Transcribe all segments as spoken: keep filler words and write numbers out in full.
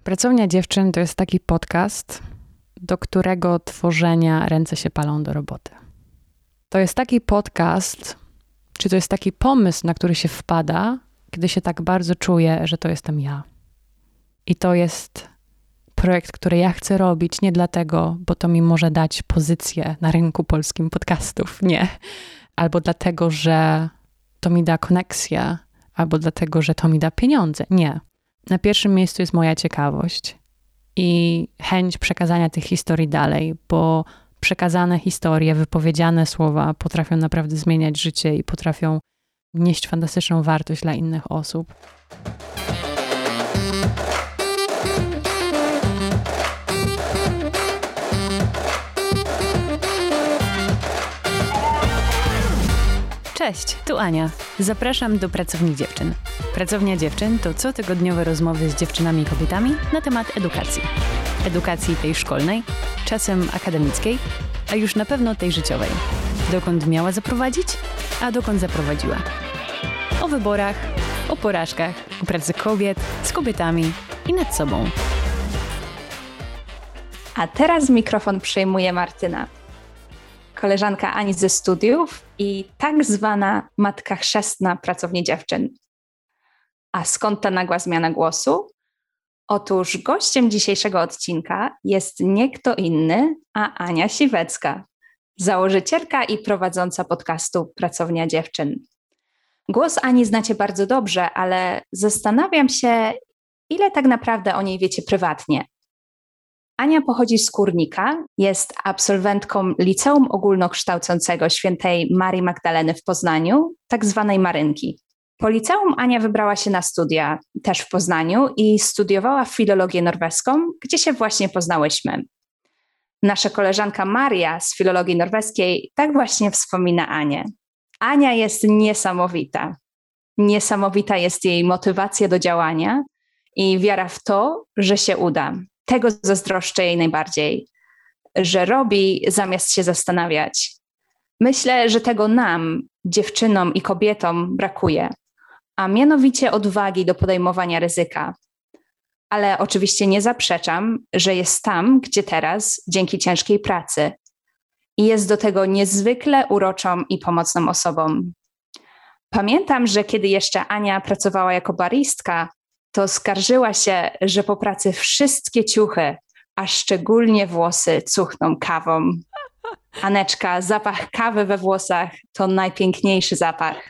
Pracownia Dziewczyn to jest taki podcast, do którego tworzenia ręce się palą do roboty. To jest taki podcast, czy to jest taki pomysł, na który się wpada, kiedy się tak bardzo czuję, że to jestem ja. I to jest projekt, który ja chcę robić nie dlatego, bo to mi może dać pozycję na rynku polskim podcastów, nie. Albo dlatego, że to mi da koneksję, albo dlatego, że to mi da pieniądze, nie. Na pierwszym miejscu jest moja ciekawość i chęć przekazania tych historii dalej, bo przekazane historie, wypowiedziane słowa potrafią naprawdę zmieniać życie i potrafią nieść fantastyczną wartość dla innych osób. Cześć, tu Ania. Zapraszam do Pracowni Dziewczyn. Pracownia Dziewczyn to cotygodniowe rozmowy z dziewczynami i kobietami na temat edukacji. Edukacji tej szkolnej, czasem akademickiej, a już na pewno tej życiowej. Dokąd miała zaprowadzić, a dokąd zaprowadziła. O wyborach, o porażkach, o pracy kobiet, z kobietami i nad sobą. A teraz mikrofon przejmuje Martyna, koleżanka Ani ze studiów i tak zwana matka chrzestna Pracowni Dziewczyn. A skąd ta nagła zmiana głosu? Otóż gościem dzisiejszego odcinka jest nie kto inny, a Ania Siwecka, założycielka i prowadząca podcastu Pracownia Dziewczyn. Głos Ani znacie bardzo dobrze, ale zastanawiam się, ile tak naprawdę o niej wiecie prywatnie. Ania pochodzi z Kórnika, jest absolwentką Liceum Ogólnokształcącego Świętej Marii Magdaleny w Poznaniu, tak zwanej Marynki. Po liceum Ania wybrała się na studia, też w Poznaniu, i studiowała filologię norweską, gdzie się właśnie poznałyśmy. Nasza koleżanka Maria z filologii norweskiej tak właśnie wspomina Anię. Ania jest niesamowita. Niesamowita jest jej motywacja do działania i wiara w to, że się uda. Tego zazdroszczę jej najbardziej, że robi zamiast się zastanawiać. Myślę, że tego nam, dziewczynom i kobietom, brakuje, a mianowicie odwagi do podejmowania ryzyka. Ale oczywiście nie zaprzeczam, że jest tam, gdzie teraz, dzięki ciężkiej pracy. I jest do tego niezwykle uroczą i pomocną osobą. Pamiętam, że kiedy jeszcze Ania pracowała jako baristka, to skarżyła się, że po pracy wszystkie ciuchy, a szczególnie włosy, cuchną kawą. Aneczka, zapach kawy we włosach to najpiękniejszy zapach.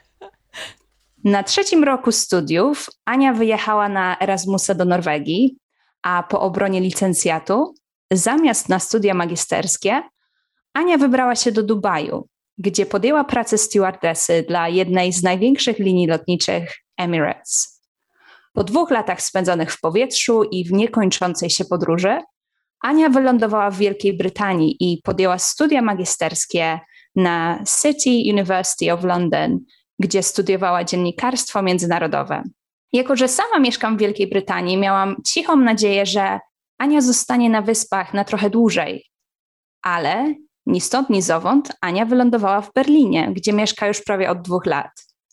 Na trzecim roku studiów Ania wyjechała na Erasmusa do Norwegii, a po obronie licencjatu, zamiast na studia magisterskie, Ania wybrała się do Dubaju, gdzie podjęła pracę stewardessy dla jednej z największych linii lotniczych Emirates. Po dwóch latach spędzonych w powietrzu i w niekończącej się podróży, Ania wylądowała w Wielkiej Brytanii i podjęła studia magisterskie na City University of London, gdzie studiowała dziennikarstwo międzynarodowe. Jako że sama mieszkam w Wielkiej Brytanii, miałam cichą nadzieję, że Ania zostanie na Wyspach na trochę dłużej. Ale ni stąd, ni zowąd Ania wylądowała w Berlinie, gdzie mieszka już prawie od dwóch lat.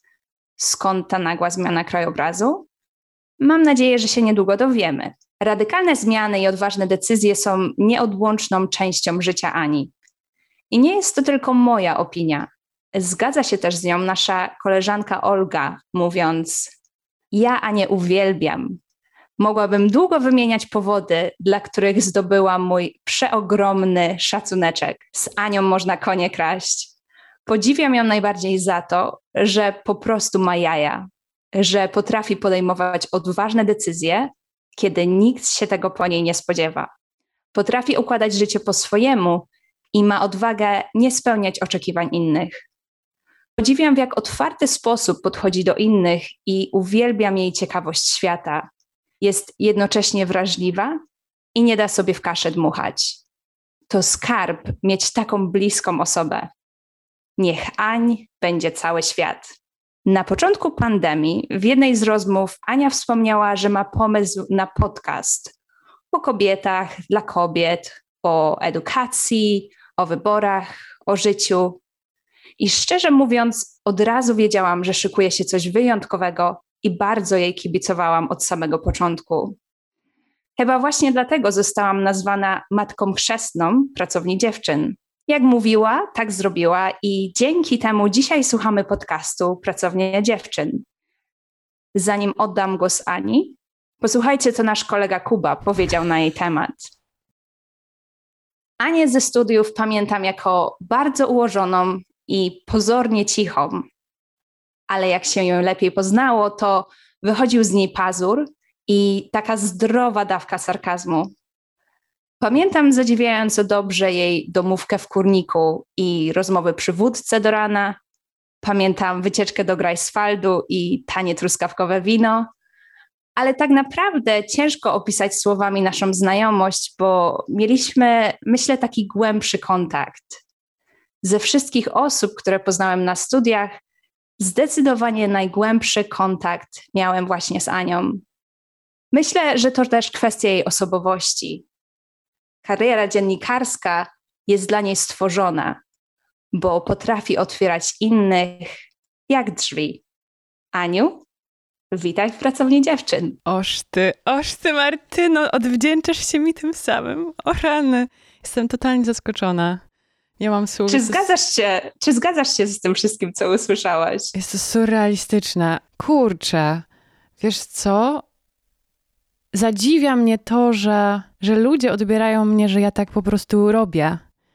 Skąd ta nagła zmiana krajobrazu? Mam nadzieję, że się niedługo dowiemy. Radykalne zmiany i odważne decyzje są nieodłączną częścią życia Ani. I nie jest to tylko moja opinia. Zgadza się też z nią nasza koleżanka Olga, mówiąc: ja Anię uwielbiam. Mogłabym długo wymieniać powody, dla których zdobyłam mój przeogromny szacuneczek. Z Anią można konie kraść. Podziwiam ją najbardziej za to, że po prostu ma jaja, że potrafi podejmować odważne decyzje, kiedy nikt się tego po niej nie spodziewa. Potrafi układać życie po swojemu i ma odwagę nie spełniać oczekiwań innych. Podziwiam, w jak otwarty sposób podchodzi do innych i uwielbiam jej ciekawość świata. Jest jednocześnie wrażliwa i nie da sobie w kaszę dmuchać. To skarb mieć taką bliską osobę. Niech Ań będzie cały świat. Na początku pandemii w jednej z rozmów Ania wspomniała, że ma pomysł na podcast o kobietach, dla kobiet, o edukacji, o wyborach, o życiu. I szczerze mówiąc, od razu wiedziałam, że szykuje się coś wyjątkowego i bardzo jej kibicowałam od samego początku. Chyba właśnie dlatego zostałam nazwana matką chrzestną pracowni dziewczyn. Jak mówiła, tak zrobiła i dzięki temu dzisiaj słuchamy podcastu Pracownia Dziewczyn. Zanim oddam głos Ani, posłuchajcie, co nasz kolega Kuba powiedział na jej temat. Anię ze studiów pamiętam jako bardzo ułożoną i pozornie cichą, ale jak się ją lepiej poznało, to wychodził z niej pazur i taka zdrowa dawka sarkazmu. Pamiętam zadziwiająco dobrze jej domówkę w kurniku i rozmowy przy wódce do rana. Pamiętam wycieczkę do Greifswaldu i tanie truskawkowe wino. Ale tak naprawdę ciężko opisać słowami naszą znajomość, bo mieliśmy, myślę, taki głębszy kontakt. Ze wszystkich osób, które poznałem na studiach, zdecydowanie najgłębszy kontakt miałem właśnie z Anią. Myślę, że to też kwestia jej osobowości. Kariera dziennikarska jest dla niej stworzona, bo potrafi otwierać innych jak drzwi. Aniu, witaj w Pracowni Dziewczyn. Oż ty, oż ty Martyno, odwdzięczasz się mi tym samym. O rany, jestem totalnie zaskoczona. Nie mam słów. Czy zgadzasz się, czy zgadzasz się z tym wszystkim, co usłyszałaś? Jest to surrealistyczne. Kurczę, wiesz co? Zadziwia mnie to, że, że ludzie odbierają mnie, że ja tak po prostu robię.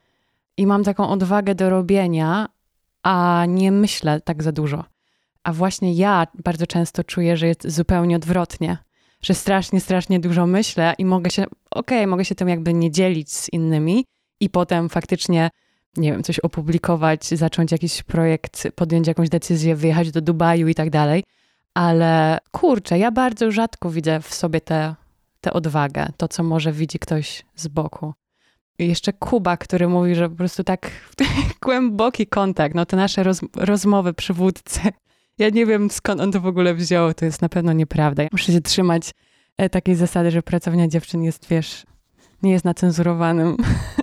I mam taką odwagę do robienia, a nie myślę tak za dużo. A właśnie ja bardzo często czuję, że jest zupełnie odwrotnie. Że strasznie, strasznie dużo myślę i mogę się, okej, okay, mogę się tym jakby nie dzielić z innymi i potem faktycznie, nie wiem, coś opublikować, zacząć jakiś projekt, podjąć jakąś decyzję, wyjechać do Dubaju i tak dalej. Ale kurczę, ja bardzo rzadko widzę w sobie tę tę odwagę, to co może widzi ktoś z boku. I jeszcze Kuba, który mówi, że po prostu tak głęboki kontakt, no te nasze roz, rozmowy przy wódce. Ja nie wiem, skąd on to w ogóle wziął, to jest na pewno nieprawda. Ja muszę się trzymać e, takiej zasady, że Pracownia Dziewczyn jest, wiesz, nie jest nacenzurowanym.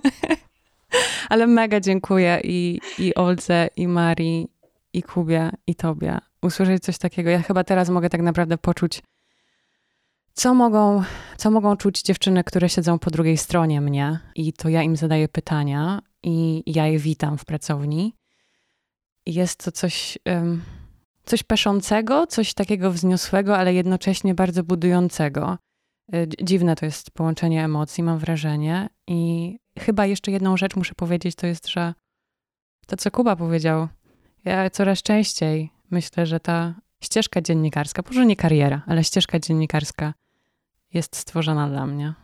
Ale mega dziękuję i, i Oldze, i Marii, i Kubie, i tobie. Usłyszeć coś takiego. Ja chyba teraz mogę tak naprawdę poczuć, co mogą, co mogą czuć dziewczyny, które siedzą po drugiej stronie mnie i to ja im zadaję pytania i ja je witam w pracowni. I jest to coś, um, coś peszącego, coś takiego wzniosłego, ale jednocześnie bardzo budującego. Dziwne to jest połączenie emocji, mam wrażenie. I chyba jeszcze jedną rzecz muszę powiedzieć, to jest, że to, co Kuba powiedział, ja coraz częściej myślę, że ta ścieżka dziennikarska, może nie kariera, ale ścieżka dziennikarska jest stworzona dla mnie.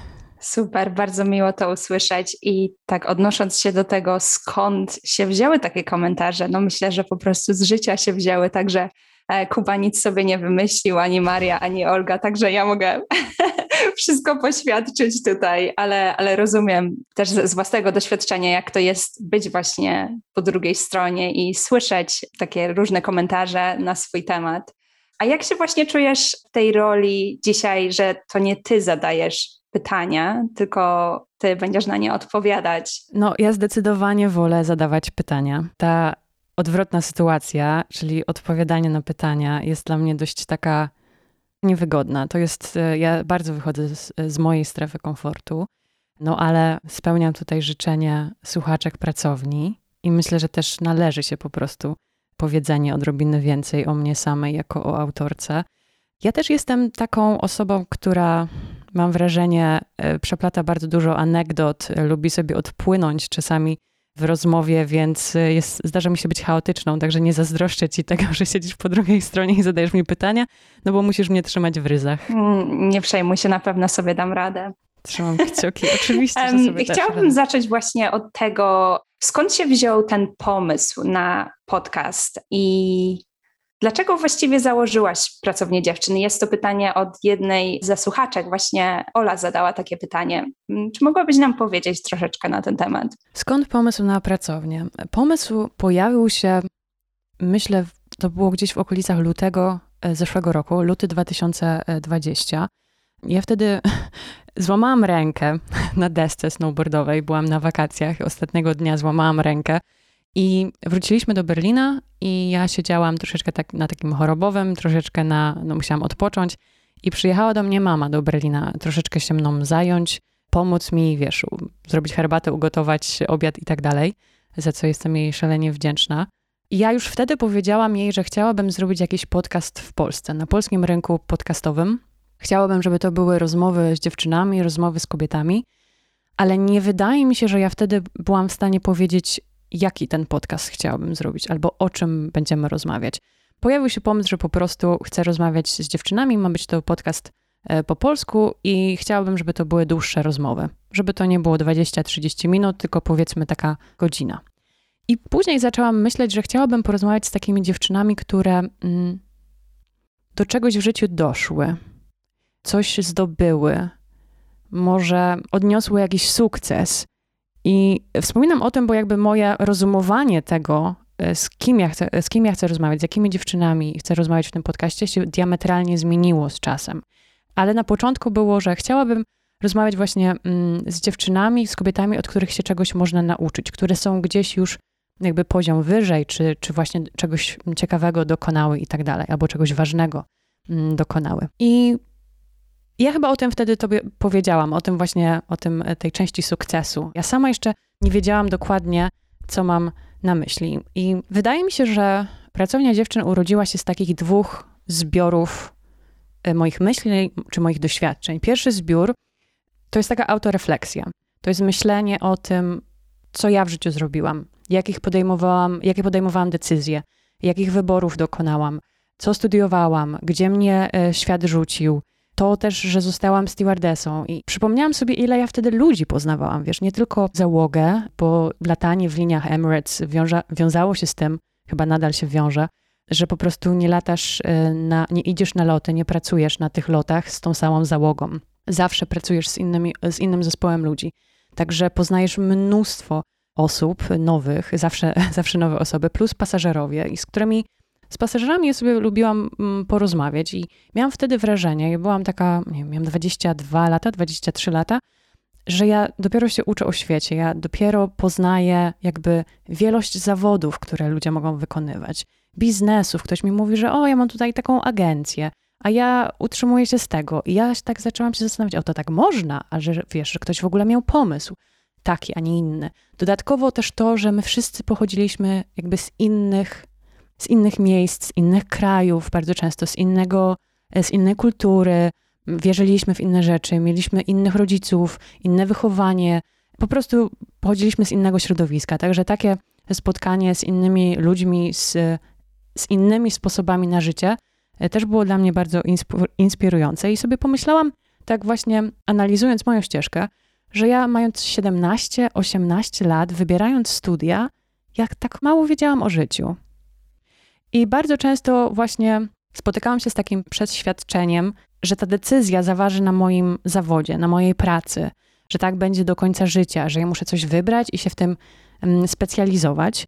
Super, bardzo miło to usłyszeć i tak odnosząc się do tego, skąd się wzięły takie komentarze, no myślę, że po prostu z życia się wzięły, także Kuba nic sobie nie wymyślił, ani Maria, ani Olga, także ja mogę wszystko poświadczyć tutaj, ale, ale rozumiem też z własnego doświadczenia, jak to jest być właśnie po drugiej stronie i słyszeć takie różne komentarze na swój temat. A jak się właśnie czujesz w tej roli dzisiaj, że to nie ty zadajesz pytania, tylko ty będziesz na nie odpowiadać? No, ja zdecydowanie wolę zadawać pytania. Ta odwrotna sytuacja, czyli odpowiadanie na pytania, jest dla mnie dość taka niewygodna. To jest, ja bardzo wychodzę z, z mojej strefy komfortu, no ale spełniam tutaj życzenie słuchaczek pracowni i myślę, że też należy się po prostu powiedzenie odrobiny więcej o mnie samej jako o autorce. Ja też jestem taką osobą, która, mam wrażenie, przeplata bardzo dużo anegdot, lubi sobie odpłynąć czasami w rozmowie, więc jest, zdarza mi się być chaotyczną, także nie zazdroszczę ci tego, że siedzisz po drugiej stronie i zadajesz mi pytania, no bo musisz mnie trzymać w ryzach. Nie przejmuj się, na pewno sobie dam radę. Trzymam kciuki, oczywiście, że sobie Chciałabym dasz zacząć właśnie od tego, skąd się wziął ten pomysł na podcast i dlaczego właściwie założyłaś Pracownię Dziewczyn? Jest to pytanie od jednej ze słuchaczek, właśnie Ola zadała takie pytanie. Czy mogłabyś nam powiedzieć troszeczkę na ten temat? Skąd pomysł na pracownię? Pomysł pojawił się, myślę, to było gdzieś w okolicach lutego zeszłego roku, luty dwa tysiące dwudziesty. Ja wtedy złamałam rękę na desce snowboardowej, byłam na wakacjach, ostatniego dnia złamałam rękę i wróciliśmy do Berlina i ja siedziałam troszeczkę tak na takim chorobowym, troszeczkę na, no musiałam odpocząć I przyjechała do mnie mama do Berlina, troszeczkę się mną zająć, pomóc mi, wiesz, zrobić herbatę, ugotować obiad i tak dalej, za co jestem jej szalenie wdzięczna. I ja już wtedy powiedziałam jej, że chciałabym zrobić jakiś podcast w Polsce, na polskim rynku podcastowym. Chciałabym, żeby to były rozmowy z dziewczynami, rozmowy z kobietami, ale nie wydaje mi się, że ja wtedy byłam w stanie powiedzieć, jaki ten podcast chciałabym zrobić, albo o czym będziemy rozmawiać. Pojawił się pomysł, że po prostu chcę rozmawiać z dziewczynami, ma być to podcast po polsku i chciałabym, żeby to były dłuższe rozmowy. Żeby to nie było dwadzieścia trzydzieści minut, tylko powiedzmy taka godzina. I później zaczęłam myśleć, że chciałabym porozmawiać z takimi dziewczynami, które mm, do czegoś w życiu doszły, coś zdobyły, może odniosły jakiś sukces. I wspominam o tym, bo jakby moje rozumowanie tego, z kim ja chcę, z kim ja chcę rozmawiać, z jakimi dziewczynami chcę rozmawiać w tym podcaście, się diametralnie zmieniło z czasem. Ale na początku było, że chciałabym rozmawiać właśnie mm, z dziewczynami, z kobietami, od których się czegoś można nauczyć, które są gdzieś już jakby poziom wyżej, czy, czy właśnie czegoś ciekawego dokonały i tak dalej, albo czegoś ważnego mm, dokonały. I ja chyba o tym wtedy tobie powiedziałam, o tym właśnie, o tym, tej części sukcesu. Ja sama jeszcze nie wiedziałam dokładnie, co mam na myśli. I wydaje mi się, że Pracownia Dziewczyn urodziła się z takich dwóch zbiorów moich myśli, czy moich doświadczeń. Pierwszy zbiór to jest taka autorefleksja. To jest myślenie o tym, co ja w życiu zrobiłam, jakich podejmowałam, jakie podejmowałam decyzje, jakich wyborów dokonałam, co studiowałam, gdzie mnie świat rzucił. To też, że zostałam stewardessą i przypomniałam sobie, ile ja wtedy ludzi poznawałam, wiesz, nie tylko załogę, bo latanie w liniach Emirates wiąża, wiązało się z tym, chyba nadal się wiąże, że po prostu nie latasz, na, nie idziesz na loty, nie pracujesz na tych lotach z tą samą załogą. Zawsze pracujesz z, innymi, z innym zespołem ludzi. Także poznajesz mnóstwo osób nowych, zawsze, zawsze nowe osoby, plus pasażerowie, i z którymi Z pasażerami ja sobie lubiłam porozmawiać i miałam wtedy wrażenie, ja byłam taka, nie wiem, miałam dwadzieścia dwa lata, dwadzieścia trzy lata, że ja dopiero się uczę o świecie, ja dopiero poznaję jakby wielość zawodów, które ludzie mogą wykonywać, biznesów. Ktoś mi mówi, że o, ja mam tutaj taką agencję, a ja utrzymuję się z tego. I ja tak zaczęłam się zastanawiać, o to tak można, a że wiesz, że ktoś w ogóle miał pomysł taki, a nie inny. Dodatkowo też to, że my wszyscy pochodziliśmy jakby z innych z innych miejsc, z innych krajów, bardzo często z innego, z innej kultury, wierzyliśmy w inne rzeczy, mieliśmy innych rodziców, inne wychowanie, po prostu pochodziliśmy z innego środowiska, także takie spotkanie z innymi ludźmi, z, z innymi sposobami na życie też było dla mnie bardzo inspirujące i sobie pomyślałam, tak właśnie analizując moją ścieżkę, że ja mając siedemnaście osiemnaście lat, wybierając studia, jak tak mało wiedziałam o życiu. I bardzo często właśnie spotykałam się z takim przeświadczeniem, że ta decyzja zaważy na moim zawodzie, na mojej pracy, że tak będzie do końca życia, że ja muszę coś wybrać i się w tym specjalizować.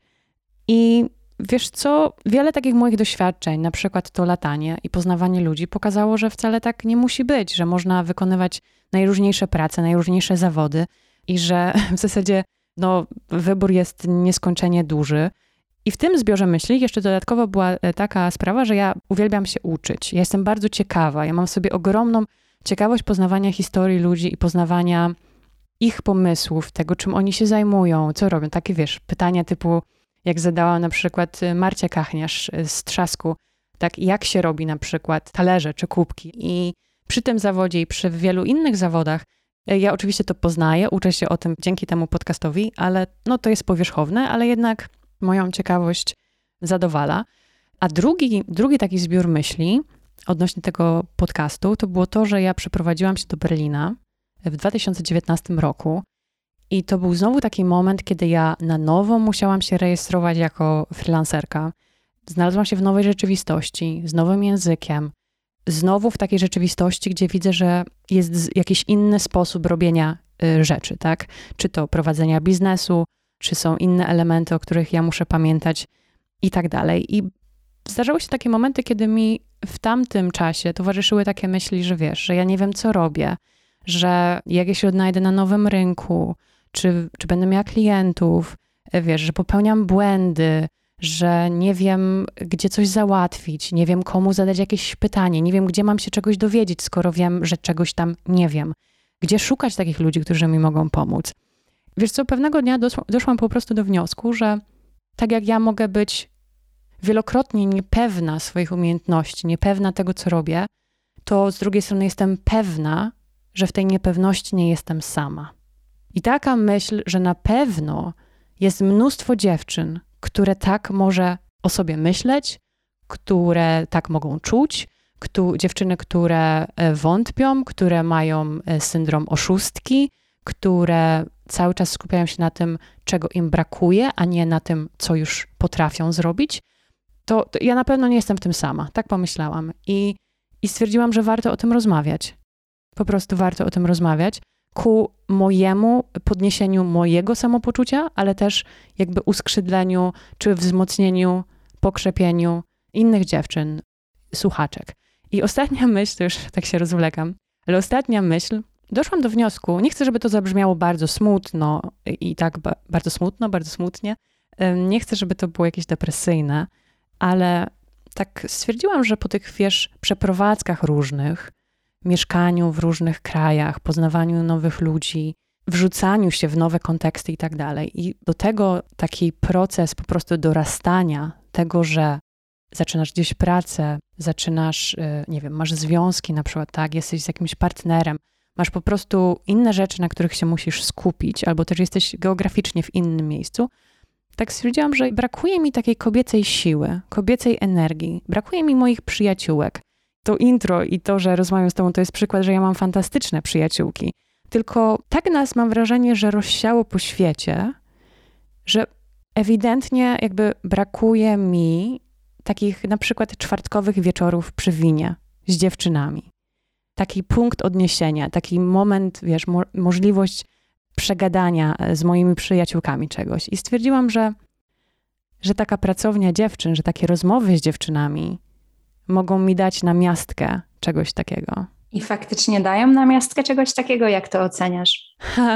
I wiesz co, wiele takich moich doświadczeń, na przykład to latanie i poznawanie ludzi, pokazało, że wcale tak nie musi być, że można wykonywać najróżniejsze prace, najróżniejsze zawody i że w zasadzie no, wybór jest nieskończenie duży. I w tym zbiorze myśli jeszcze dodatkowo była taka sprawa, że ja uwielbiam się uczyć. Ja jestem bardzo ciekawa. Ja mam w sobie ogromną ciekawość poznawania historii ludzi i poznawania ich pomysłów, tego, czym oni się zajmują, co robią. Takie, wiesz, pytania typu, jak zadała na przykład Marcia Kachniarz z Trzasku, tak, jak się robi na przykład talerze czy kubki. I przy tym zawodzie i przy wielu innych zawodach ja oczywiście to poznaję, uczę się o tym dzięki temu podcastowi, ale no to jest powierzchowne, ale jednak moją ciekawość zadowala. A drugi, drugi taki zbiór myśli odnośnie tego podcastu to było to, że ja przeprowadziłam się do Berlina w dwa tysiące dziewiętnastym roku i to był znowu taki moment, kiedy ja na nowo musiałam się rejestrować jako freelancerka. Znalazłam się w nowej rzeczywistości, z nowym językiem, znowu w takiej rzeczywistości, gdzie widzę, że jest jakiś inny sposób robienia rzeczy, tak? Czy to prowadzenia biznesu, czy są inne elementy, o których ja muszę pamiętać i tak dalej. I zdarzały się takie momenty, kiedy mi w tamtym czasie towarzyszyły takie myśli, że wiesz, że ja nie wiem, co robię, że jak ja się odnajdę na nowym rynku, czy, czy będę miała klientów, wiesz, że popełniam błędy, że nie wiem, gdzie coś załatwić, nie wiem, komu zadać jakieś pytanie, nie wiem, gdzie mam się czegoś dowiedzieć, skoro wiem, że czegoś tam nie wiem. Gdzie szukać takich ludzi, którzy mi mogą pomóc. Wiesz co, pewnego dnia doszłam, doszłam po prostu do wniosku, że tak jak ja mogę być wielokrotnie niepewna swoich umiejętności, niepewna tego, co robię, to z drugiej strony jestem pewna, że w tej niepewności nie jestem sama. I taka myśl, że na pewno jest mnóstwo dziewczyn, które tak może o sobie myśleć, które tak mogą czuć, ktu, dziewczyny, które wątpią, które mają syndrom oszustki, które cały czas skupiają się na tym, czego im brakuje, a nie na tym, co już potrafią zrobić, to, to ja na pewno nie jestem w tym sama. Tak pomyślałam. I, i stwierdziłam, że warto o tym rozmawiać. Po prostu warto o tym rozmawiać ku mojemu podniesieniu mojego samopoczucia, ale też jakby uskrzydleniu czy wzmocnieniu, pokrzepieniu innych dziewczyn, słuchaczek. I ostatnia myśl, to już tak się rozwlekam, ale ostatnia myśl, doszłam do wniosku, nie chcę, żeby to zabrzmiało bardzo smutno i tak ba- bardzo smutno, bardzo smutnie, nie chcę, żeby to było jakieś depresyjne, ale tak stwierdziłam, że po tych, wiesz, przeprowadzkach różnych, mieszkaniu w różnych krajach, poznawaniu nowych ludzi, wrzucaniu się w nowe konteksty i tak dalej. I do tego taki proces po prostu dorastania tego, że zaczynasz gdzieś pracę, zaczynasz, nie wiem, masz związki na przykład, tak, jesteś z jakimś partnerem, masz po prostu inne rzeczy, na których się musisz skupić, albo też jesteś geograficznie w innym miejscu. Tak stwierdziłam, że brakuje mi takiej kobiecej siły, kobiecej energii, brakuje mi moich przyjaciółek. To intro i to, że rozmawiam z tobą, to jest przykład, że ja mam fantastyczne przyjaciółki. Tylko tak nas, mam wrażenie, że rozsiało po świecie, że ewidentnie jakby brakuje mi takich na przykład czwartkowych wieczorów przy winie z dziewczynami. Taki punkt odniesienia, taki moment, wiesz, mo- możliwość przegadania z moimi przyjaciółkami czegoś. I stwierdziłam, że, że taka pracownia dziewczyn, że takie rozmowy z dziewczynami mogą mi dać namiastkę czegoś takiego. I faktycznie dają namiastkę czegoś takiego? Jak to oceniasz?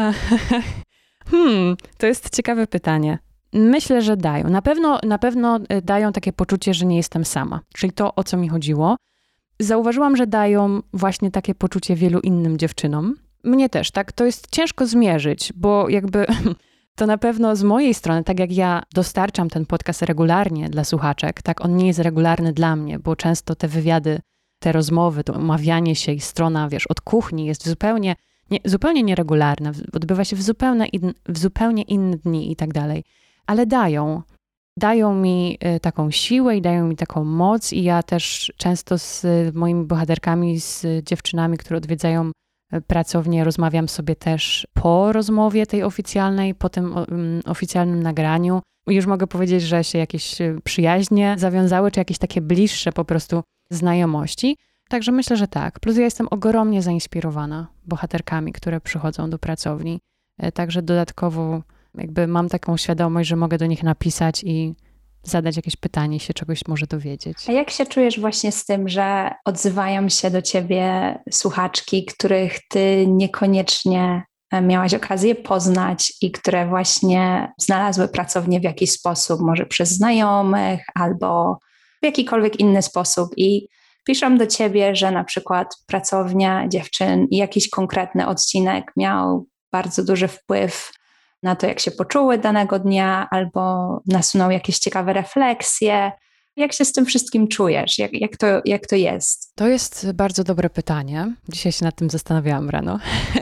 hmm, to jest ciekawe pytanie. Myślę, że dają. Na pewno, na pewno dają takie poczucie, że nie jestem sama. Czyli to, o co mi chodziło. Zauważyłam, że dają właśnie takie poczucie wielu innym dziewczynom. Mnie też, tak? To jest ciężko zmierzyć, bo jakby to na pewno z mojej strony, tak jak ja dostarczam ten podcast regularnie dla słuchaczek, tak on nie jest regularny dla mnie, bo często te wywiady, te rozmowy, to umawianie się i strona, wiesz, od kuchni jest zupełnie, nie, zupełnie nieregularna, odbywa się w zupełnie, in, w zupełnie inne dni i tak dalej. Ale dają, dają mi taką siłę i dają mi taką moc i ja też często z moimi bohaterkami, z dziewczynami, które odwiedzają pracownię, rozmawiam sobie też po rozmowie tej oficjalnej, po tym um, oficjalnym nagraniu. Już mogę powiedzieć, że się jakieś przyjaźnie zawiązały, czy jakieś takie bliższe po prostu znajomości. Także myślę, że tak. Plus ja jestem ogromnie zainspirowana bohaterkami, które przychodzą do pracowni. Także dodatkowo jakby mam taką świadomość, że mogę do nich napisać i zadać jakieś pytanie, się czegoś może dowiedzieć. A jak się czujesz właśnie z tym, że odzywają się do ciebie słuchaczki, których ty niekoniecznie miałaś okazję poznać i które właśnie znalazły pracownię w jakiś sposób, może przez znajomych albo w jakikolwiek inny sposób i piszą do ciebie, że na przykład pracownia dziewczyn i jakiś konkretny odcinek miał bardzo duży wpływ na to, jak się poczuły danego dnia, albo nasunął jakieś ciekawe refleksje. Jak się z tym wszystkim czujesz? Jak, jak, to, jak to jest? To jest bardzo dobre pytanie. Dzisiaj się nad tym zastanawiałam rano.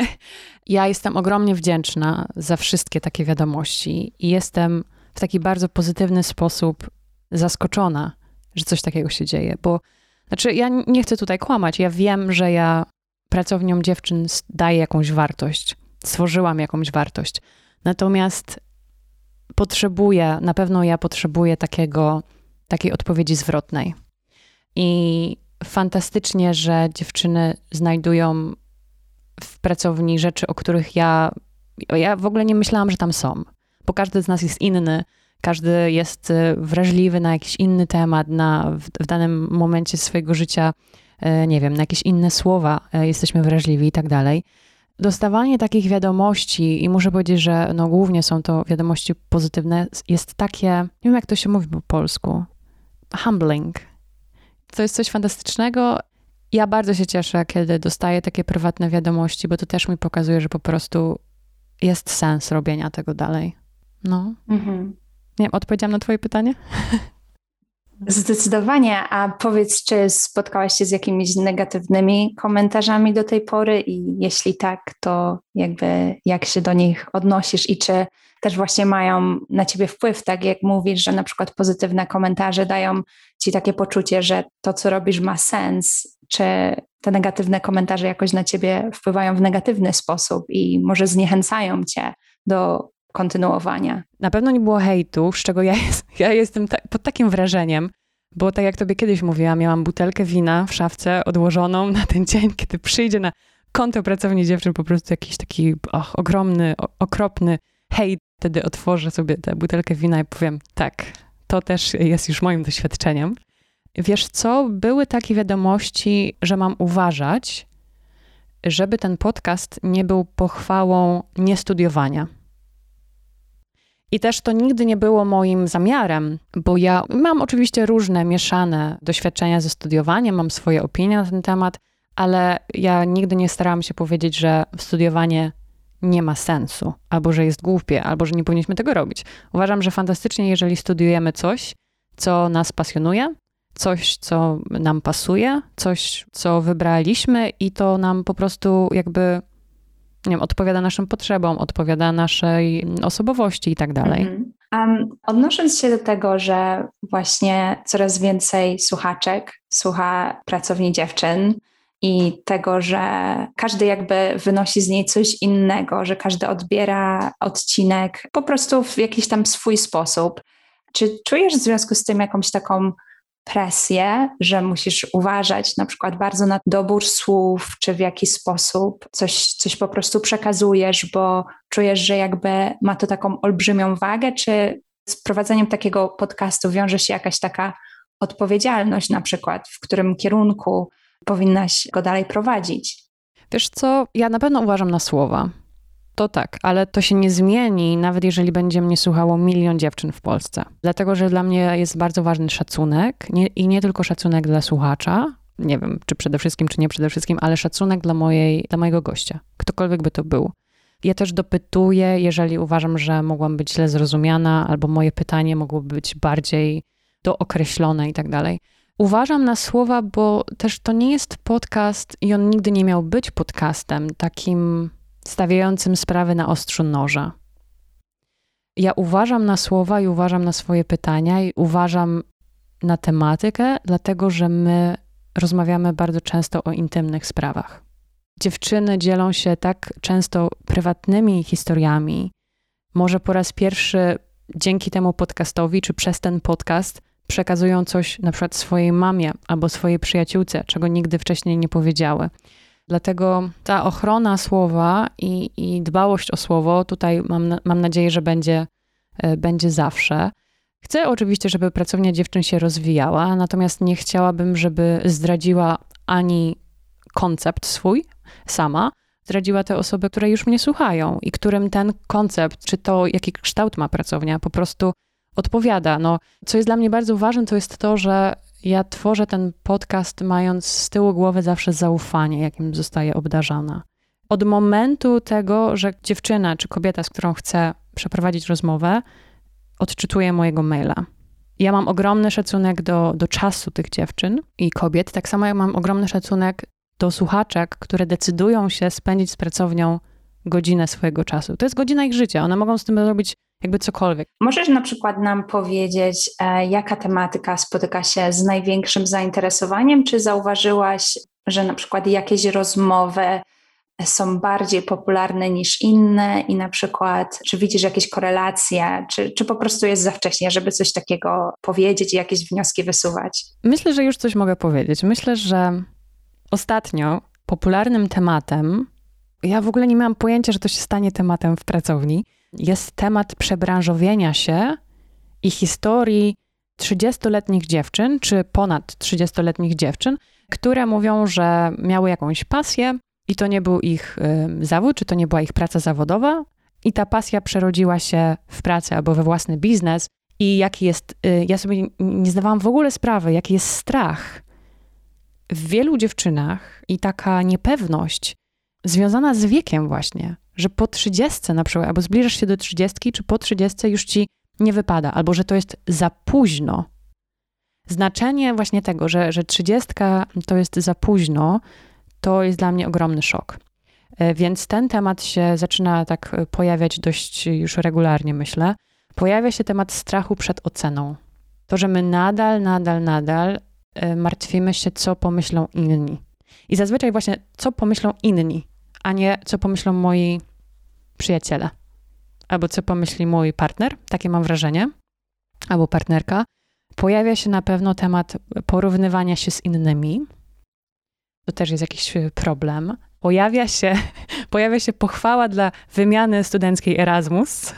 Ja jestem ogromnie wdzięczna za wszystkie takie wiadomości i jestem w taki bardzo pozytywny sposób zaskoczona, że coś takiego się dzieje, bo znaczy ja nie chcę tutaj kłamać. Ja wiem, że ja pracowniom dziewczyn daję jakąś wartość. Stworzyłam jakąś wartość. Natomiast potrzebuję, na pewno ja potrzebuję takiego, takiej odpowiedzi zwrotnej. I fantastycznie, że dziewczyny znajdują w pracowni rzeczy, o których ja, ja w ogóle nie myślałam, że tam są. Bo każdy z nas jest inny, każdy jest wrażliwy na jakiś inny temat, na, w, w danym momencie swojego życia, nie wiem, na jakieś inne słowa jesteśmy wrażliwi i tak dalej. dostawanie takich wiadomości i muszę powiedzieć, że no głównie są to wiadomości pozytywne, jest takie, nie wiem jak to się mówi po polsku, humbling. To jest coś fantastycznego. Ja bardzo się cieszę, kiedy dostaję takie prywatne wiadomości, bo to też mi pokazuje, że po prostu jest sens robienia tego dalej. No. Mhm. Nie wiem, odpowiedziałam na twoje pytanie? Zdecydowanie. A powiedz, czy spotkałaś się z jakimiś negatywnymi komentarzami do tej pory i jeśli tak, to jakby jak się do nich odnosisz i czy też właśnie mają na ciebie wpływ, tak jak mówisz, że na przykład pozytywne komentarze dają ci takie poczucie, że to, co robisz, ma sens, czy te negatywne komentarze jakoś na ciebie wpływają w negatywny sposób i może zniechęcają cię do kontynuowania? Na pewno nie było hejtu, z czego ja, jest, ja jestem ta, pod takim wrażeniem, bo tak jak tobie kiedyś mówiłam, miałam butelkę wina w szafce odłożoną na ten dzień, kiedy przyjdzie na konto Pracowni Dziewczyn po prostu jakiś taki och, ogromny, o, okropny hejt. Wtedy otworzę sobie tę butelkę wina i powiem, tak, to też jest już moim doświadczeniem. Wiesz co, były takie wiadomości, że mam uważać, żeby ten podcast nie był pochwałą niestudiowania. I też to nigdy nie było moim zamiarem, bo ja mam oczywiście różne mieszane doświadczenia ze studiowaniem, mam swoje opinie na ten temat, ale ja nigdy nie starałam się powiedzieć, że studiowanie nie ma sensu, albo że jest głupie, albo że nie powinniśmy tego robić. Uważam, że fantastycznie, jeżeli studiujemy coś, co nas pasjonuje, coś, co nam pasuje, coś, co wybraliśmy i to nam po prostu jakby, nie wiem, odpowiada naszym potrzebom, odpowiada naszej osobowości i tak dalej. Mhm. Um, odnosząc się do tego, że właśnie coraz więcej słuchaczek słucha Pracowni Dziewczyn i tego, że każdy jakby wynosi z niej coś innego, że każdy odbiera odcinek po prostu w jakiś tam swój sposób. Czy czujesz w związku z tym jakąś taką presję, że musisz uważać na przykład bardzo na dobór słów, czy w jaki sposób coś, coś po prostu przekazujesz, bo czujesz, że jakby ma to taką olbrzymią wagę, czy z prowadzeniem takiego podcastu wiąże się jakaś taka odpowiedzialność na przykład, w którym kierunku powinnaś go dalej prowadzić? Wiesz co, ja na pewno uważam na słowa. To tak, ale to się nie zmieni, nawet jeżeli będzie mnie słuchało milion dziewczyn w Polsce. Dlatego, że dla mnie jest bardzo ważny szacunek nie, i nie tylko szacunek dla słuchacza, nie wiem, czy przede wszystkim, czy nie przede wszystkim, ale szacunek dla, mojej, dla mojego gościa, ktokolwiek by to był. Ja też dopytuję, jeżeli uważam, że mogłam być źle zrozumiana, albo moje pytanie mogłoby być bardziej dookreślone i tak dalej. Uważam na słowa, bo też to nie jest podcast i on nigdy nie miał być podcastem takim stawiającym sprawy na ostrzu noża. Ja uważam na słowa i uważam na swoje pytania i uważam na tematykę, dlatego że my rozmawiamy bardzo często o intymnych sprawach. Dziewczyny dzielą się tak często prywatnymi historiami. Może po raz pierwszy dzięki temu podcastowi, czy przez ten podcast przekazują coś na przykład swojej mamie albo swojej przyjaciółce, czego nigdy wcześniej nie powiedziały. Dlatego ta ochrona słowa i, i dbałość o słowo tutaj mam, mam nadzieję, że będzie, będzie zawsze. Chcę oczywiście, żeby Pracownia Dziewczyn się rozwijała, natomiast nie chciałabym, żeby zdradziła ani koncept swój sama, zdradziła te osoby, które już mnie słuchają i którym ten koncept, czy to jaki kształt ma pracownia, po prostu odpowiada. No, co jest dla mnie bardzo ważne, to jest to, że ja tworzę ten podcast mając z tyłu głowy zawsze zaufanie, jakim zostaję obdarzana. Od momentu tego, że dziewczyna czy kobieta, z którą chcę przeprowadzić rozmowę, odczytuje mojego maila. Ja mam ogromny szacunek do, do czasu tych dziewczyn i kobiet, tak samo jak mam ogromny szacunek do słuchaczek, które decydują się spędzić z pracownią godzinę swojego czasu. To jest godzina ich życia. One mogą z tym zrobić jakby cokolwiek. Możesz na przykład nam powiedzieć, e, jaka tematyka spotyka się z największym zainteresowaniem? Czy zauważyłaś, że na przykład jakieś rozmowy są bardziej popularne niż inne i na przykład, czy widzisz jakieś korelacje, czy, czy po prostu jest za wcześnie, żeby coś takiego powiedzieć i jakieś wnioski wysuwać? Myślę, że już coś mogę powiedzieć. Myślę, że ostatnio popularnym tematem, ja w ogóle nie miałam pojęcia, że to się stanie tematem w pracowni, jest temat przebranżowienia się i historii trzydziestoletnich dziewczyn, czy ponad trzydziestoletnich dziewczyn, które mówią, że miały jakąś pasję i to nie był ich y, zawód, czy to nie była ich praca zawodowa i ta pasja przerodziła się w pracę albo we własny biznes i jaki jest, y, ja sobie nie zdawałam w ogóle sprawy, jaki jest strach w wielu dziewczynach i taka niepewność związana z wiekiem właśnie, że po trzydziestce na przykład, albo zbliżasz się do trzydziestki, czy po trzydziestce już ci nie wypada, albo że to jest za późno. Znaczenie właśnie tego, że, że trzydziestka to jest za późno, to jest dla mnie ogromny szok. Więc ten temat się zaczyna tak pojawiać dość już regularnie, myślę. Pojawia się temat strachu przed oceną. To, że my nadal, nadal, nadal martwimy się, co pomyślą inni. I zazwyczaj właśnie, co pomyślą inni, a nie co pomyślą moi przyjaciele. Albo co pomyśli mój partner, takie mam wrażenie, albo partnerka. Pojawia się na pewno temat porównywania się z innymi. To też jest jakiś problem. Pojawia się, pojawia się pochwała dla wymiany studenckiej Erasmus,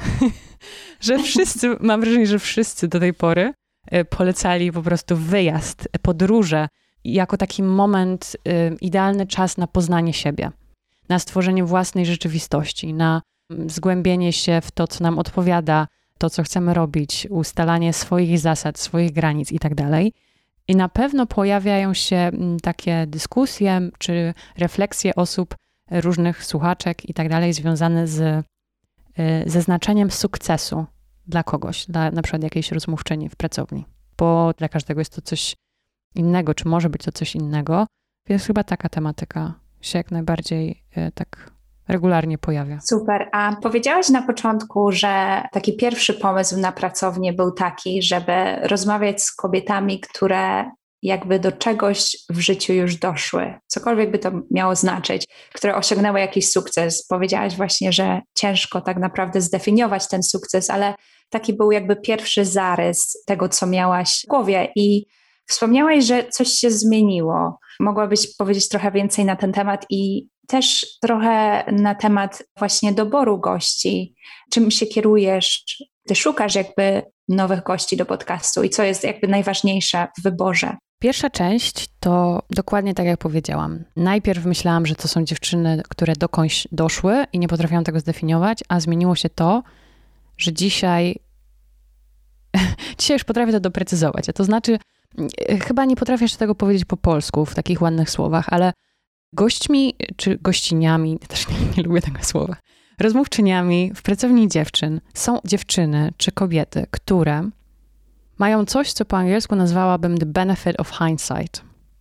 że wszyscy, mam wrażenie, że wszyscy do tej pory polecali po prostu wyjazd, podróże jako taki moment, idealny czas na poznanie siebie, na stworzenie własnej rzeczywistości, na zgłębienie się w to, co nam odpowiada, to, co chcemy robić, ustalanie swoich zasad, swoich granic i tak dalej. I na pewno pojawiają się takie dyskusje czy refleksje osób, różnych słuchaczek i tak dalej, związane z, ze znaczeniem sukcesu dla kogoś, dla na przykład jakiejś rozmówczyni w pracowni. Bo dla każdego jest to coś innego, czy może być to coś innego, więc chyba taka tematyka się jak najbardziej tak regularnie pojawia. Super. A powiedziałaś na początku, że taki pierwszy pomysł na pracownię był taki, żeby rozmawiać z kobietami, które jakby do czegoś w życiu już doszły, cokolwiek by to miało znaczyć, które osiągnęły jakiś sukces. Powiedziałaś właśnie, że ciężko tak naprawdę zdefiniować ten sukces, ale taki był jakby pierwszy zarys tego, co miałaś w głowie i wspomniałaś, że coś się zmieniło. Mogłabyś powiedzieć trochę więcej na ten temat i też trochę na temat właśnie doboru gości. Czym się kierujesz? Ty szukasz jakby nowych gości do podcastu i co jest jakby najważniejsze w wyborze? Pierwsza część to dokładnie tak, jak powiedziałam. Najpierw myślałam, że to są dziewczyny, które dokądś doszły i nie potrafiłam tego zdefiniować, a zmieniło się to, że dzisiaj dzisiaj już potrafię to doprecyzować. A to znaczy, chyba nie potrafię jeszcze tego powiedzieć po polsku w takich ładnych słowach, ale gośćmi czy gościniami, też nie, nie lubię tego słowa, rozmówczyniami w pracowni dziewczyn są dziewczyny czy kobiety, które mają coś, co po angielsku nazwałabym the benefit of hindsight.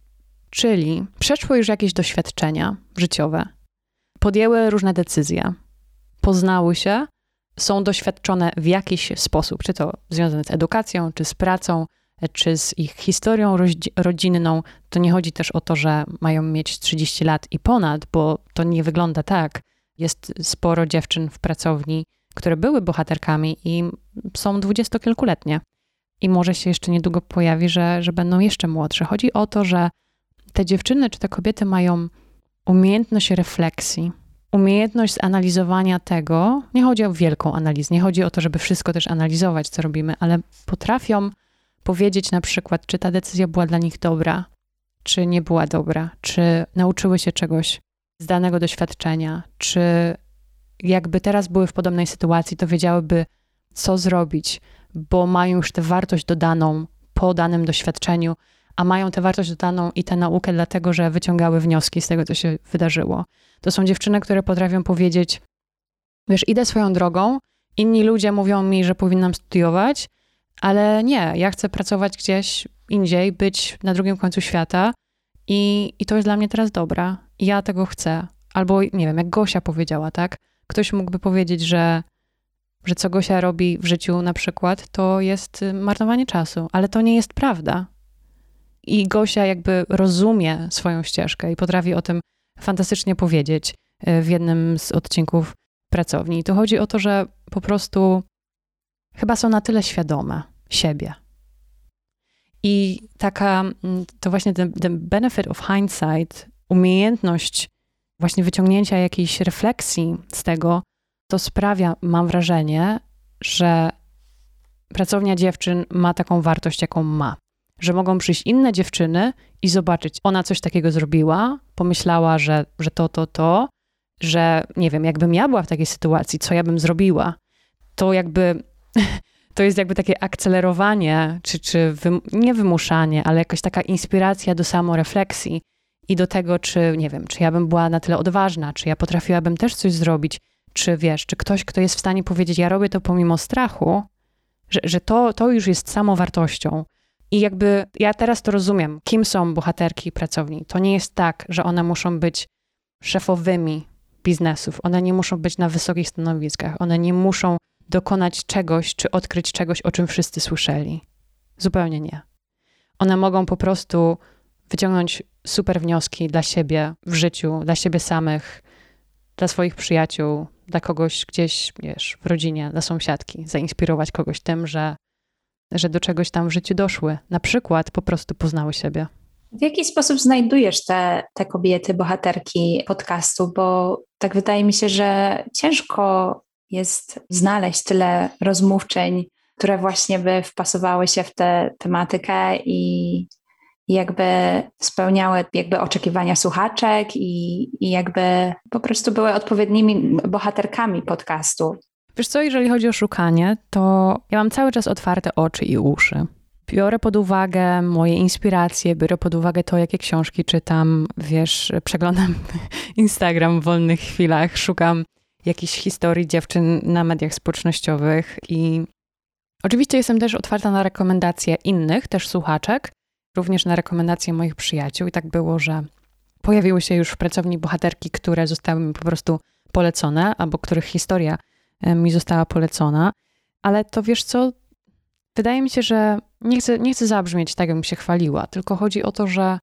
Czyli przeszły już jakieś doświadczenia życiowe, podjęły różne decyzje, poznały się, są doświadczone w jakiś sposób, czy to związane z edukacją, czy z pracą, czy z ich historią rodzinną. To nie chodzi też o to, że mają mieć trzydzieści lat i ponad, bo to nie wygląda tak. Jest sporo dziewczyn w pracowni, które były bohaterkami i są dwudziestokilkuletnie. I może się jeszcze niedługo pojawi, że, że będą jeszcze młodsze. Chodzi o to, że te dziewczyny czy te kobiety mają umiejętność refleksji, umiejętność zanalizowania tego. Nie chodzi o wielką analizę, nie chodzi o to, żeby wszystko też analizować, co robimy, ale potrafią powiedzieć na przykład, czy ta decyzja była dla nich dobra, czy nie była dobra, czy nauczyły się czegoś z danego doświadczenia, czy jakby teraz były w podobnej sytuacji, to wiedziałyby, co zrobić, bo mają już tę wartość dodaną po danym doświadczeniu, a mają tę wartość dodaną i tę naukę dlatego, że wyciągały wnioski z tego, co się wydarzyło. To są dziewczyny, które potrafią powiedzieć, wiesz, idę swoją drogą, inni ludzie mówią mi, że powinnam studiować, ale nie, ja chcę pracować gdzieś indziej, być na drugim końcu świata i, i to jest dla mnie teraz dobra. I ja tego chcę. Albo, nie wiem, jak Gosia powiedziała, tak? Ktoś mógłby powiedzieć, że, że co Gosia robi w życiu na przykład, to jest marnowanie czasu, ale to nie jest prawda. I Gosia jakby rozumie swoją ścieżkę i potrafi o tym fantastycznie powiedzieć w jednym z odcinków pracowni. I to chodzi o to, że po prostu chyba są na tyle świadome siebie. I taka, to właśnie ten, ten benefit of hindsight, umiejętność właśnie wyciągnięcia jakiejś refleksji z tego, to sprawia, mam wrażenie, że pracownia dziewczyn ma taką wartość, jaką ma. że mogą przyjść inne dziewczyny i zobaczyć, ona coś takiego zrobiła, pomyślała, że, że to, to, to, że nie wiem, jakbym ja była w takiej sytuacji, co ja bym zrobiła, to jakby, to jest jakby takie akcelerowanie, czy, czy wym, nie wymuszanie, ale jakaś taka inspiracja do samorefleksji i do tego, czy, nie wiem, czy ja bym była na tyle odważna, czy ja potrafiłabym też coś zrobić, czy wiesz, czy ktoś, kto jest w stanie powiedzieć, ja robię to pomimo strachu, że, że to, to już jest samowartością. I jakby ja teraz to rozumiem, kim są bohaterki pracowni. To nie jest tak, że one muszą być szefowymi biznesów, one nie muszą być na wysokich stanowiskach, one nie muszą dokonać czegoś, czy odkryć czegoś, o czym wszyscy słyszeli. Zupełnie nie. One mogą po prostu wyciągnąć super wnioski dla siebie w życiu, dla siebie samych, dla swoich przyjaciół, dla kogoś gdzieś, wiesz, w rodzinie, dla sąsiadki, zainspirować kogoś tym, że, że do czegoś tam w życiu doszły. Na przykład po prostu poznały siebie. W jaki sposób znajdujesz te, te kobiety, bohaterki podcastu? Bo tak wydaje mi się, że ciężko jest znaleźć tyle rozmówczyń, które właśnie by wpasowały się w tę tematykę i jakby spełniały jakby oczekiwania słuchaczek i, i jakby po prostu były odpowiednimi bohaterkami podcastu. Wiesz co, jeżeli chodzi o szukanie, to ja mam cały czas otwarte oczy i uszy. Biorę pod uwagę moje inspiracje, biorę pod uwagę to, jakie książki czytam, wiesz, przeglądam Instagram w wolnych chwilach, szukam jakichś historii dziewczyn na mediach społecznościowych i oczywiście jestem też otwarta na rekomendacje innych, też słuchaczek, również na rekomendacje moich przyjaciół i tak było, że pojawiły się już w pracowni bohaterki, które zostały mi po prostu polecone, albo których historia mi została polecona, ale to wiesz co, wydaje mi się, że nie chcę, nie chcę zabrzmieć tak, jakbym się chwaliła, tylko chodzi o to, że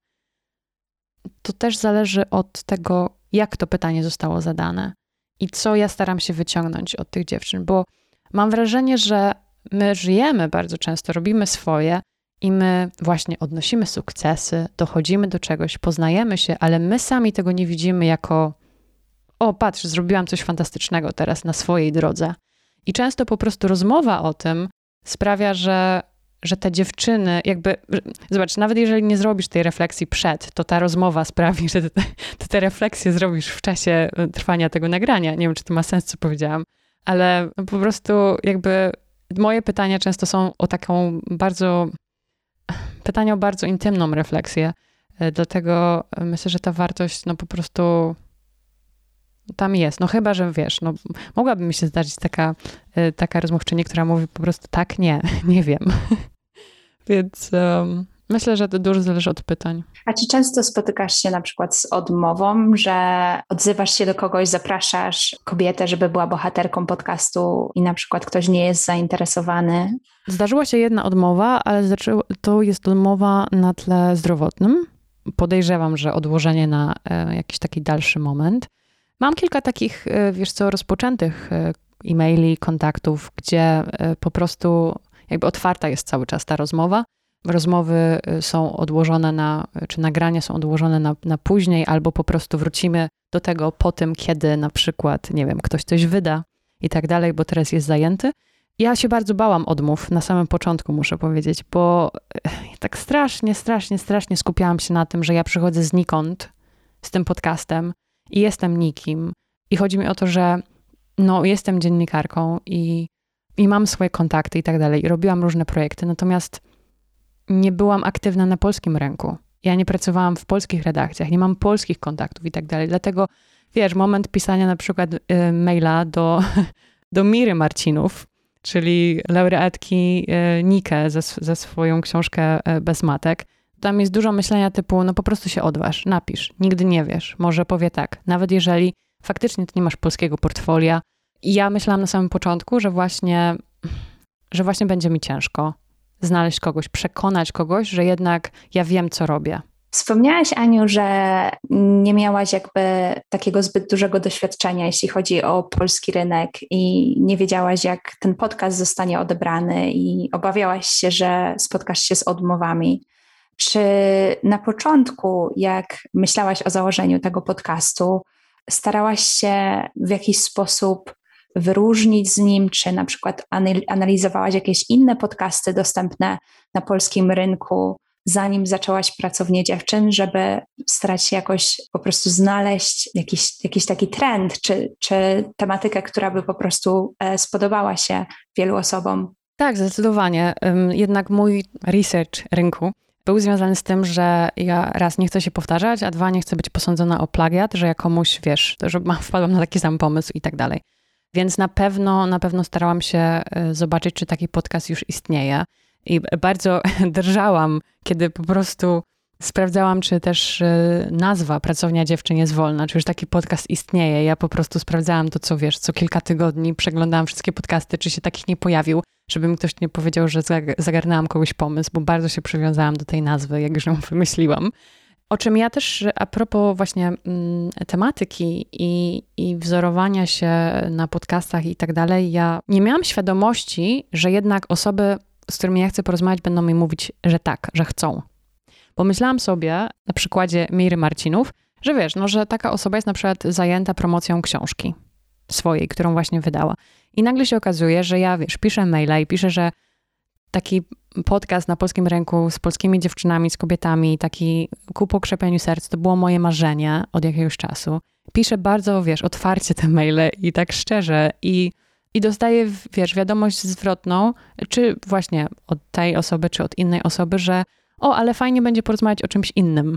to też zależy od tego, jak to pytanie zostało zadane i co ja staram się wyciągnąć od tych dziewczyn, bo mam wrażenie, że my żyjemy bardzo często, robimy swoje i my właśnie odnosimy sukcesy, dochodzimy do czegoś, poznajemy się, ale my sami tego nie widzimy jako o, patrz, zrobiłam coś fantastycznego teraz na swojej drodze. I często po prostu rozmowa o tym sprawia, że, że te dziewczyny jakby, zobacz, nawet jeżeli nie zrobisz tej refleksji przed, to ta rozmowa sprawi, że ty, ty te refleksje zrobisz w czasie trwania tego nagrania. Nie wiem, czy to ma sens, co powiedziałam, ale po prostu jakby moje pytania często są o taką bardzo, pytania o bardzo intymną refleksję. Dlatego myślę, że ta wartość no po prostu tam jest. No chyba, że wiesz, no mogłaby mi się zdarzyć taka, taka rozmówczyni, która mówi po prostu tak, nie, nie wiem. Więc um, myślę, że to dużo zależy od pytań. A czy często spotykasz się na przykład z odmową, że odzywasz się do kogoś, zapraszasz kobietę, żeby była bohaterką podcastu i na przykład ktoś nie jest zainteresowany? Zdarzyła się jedna odmowa, ale to jest odmowa na tle zdrowotnym. Podejrzewam, że odłożenie na e, jakiś taki dalszy moment. Mam kilka takich, wiesz co, rozpoczętych e-maili, kontaktów, gdzie po prostu jakby otwarta jest cały czas ta rozmowa. Rozmowy są odłożone na, czy nagrania są odłożone na, na później, albo po prostu wrócimy do tego po tym, kiedy na przykład, nie wiem, ktoś coś wyda i tak dalej, bo teraz jest zajęty. Ja się bardzo bałam odmów na samym początku, muszę powiedzieć, bo tak strasznie, strasznie, strasznie skupiałam się na tym, że ja przychodzę znikąd z tym podcastem i jestem nikim. I chodzi mi o to, że no, jestem dziennikarką i, i mam swoje kontakty i tak dalej. I robiłam różne projekty, natomiast nie byłam aktywna na polskim rynku. Ja nie pracowałam w polskich redakcjach, nie mam polskich kontaktów i tak dalej. Dlatego, wiesz, moment pisania na przykład y, maila do, do Miry Marcinów, czyli laureatki y, Nike ze, ze swoją książkę y, Bez matek. Tam jest dużo myślenia typu, no po prostu się odważ, napisz, nigdy nie wiesz, może powie tak, nawet jeżeli faktycznie ty nie masz polskiego portfolio. I ja myślałam na samym początku, że właśnie, że właśnie będzie mi ciężko znaleźć kogoś, przekonać kogoś, że jednak ja wiem, co robię. Wspomniałaś, Aniu, że nie miałaś jakby takiego zbyt dużego doświadczenia, jeśli chodzi o polski rynek i nie wiedziałaś, jak ten podcast zostanie odebrany i obawiałaś się, że spotkasz się z odmowami. Czy na początku, jak myślałaś o założeniu tego podcastu, starałaś się w jakiś sposób wyróżnić z nim, czy na przykład analizowałaś jakieś inne podcasty dostępne na polskim rynku, zanim zaczęłaś Pracownię Dziewczyn, żeby starać się jakoś po prostu znaleźć jakiś, jakiś taki trend, czy, czy tematykę, która by po prostu spodobała się wielu osobom? Tak, zdecydowanie. Jednak mój research rynku był związany z tym, że ja raz nie chcę się powtarzać, a dwa nie chcę być posądzona o plagiat, że ja komuś, wiesz, że wpadłam na taki sam pomysł i tak dalej. Więc na pewno, na pewno starałam się zobaczyć, czy taki podcast już istnieje. I bardzo drżałam, kiedy po prostu sprawdzałam, czy też nazwa Pracownia Dziewczyn jest wolna, czy już taki podcast istnieje. Ja po prostu sprawdzałam to, co wiesz, co kilka tygodni, przeglądałam wszystkie podcasty, czy się taki nie pojawił, żeby mi ktoś nie powiedział, że zagarnęłam kogoś pomysł, bo bardzo się przywiązałam do tej nazwy, jak już ją wymyśliłam. O czym ja też a propos właśnie mm, tematyki i, i wzorowania się na podcastach i tak dalej, ja nie miałam świadomości, że jednak osoby, z którymi ja chcę porozmawiać, będą mi mówić, że tak, że chcą. Bo myślałam sobie na przykładzie Miry Marcinów, że wiesz, no, że taka osoba jest na przykład zajęta promocją książki swojej, którą właśnie wydała. I nagle się okazuje, że ja, wiesz, piszę maila i piszę, że taki podcast na polskim rynku z polskimi dziewczynami, z kobietami, taki ku pokrzepieniu serc, to było moje marzenie od jakiegoś czasu. Piszę bardzo, wiesz, otwarcie te maile i tak szczerze i, i dostaję, wiesz, wiadomość zwrotną, czy właśnie od tej osoby, czy od innej osoby, że o, ale fajnie będzie porozmawiać o czymś innym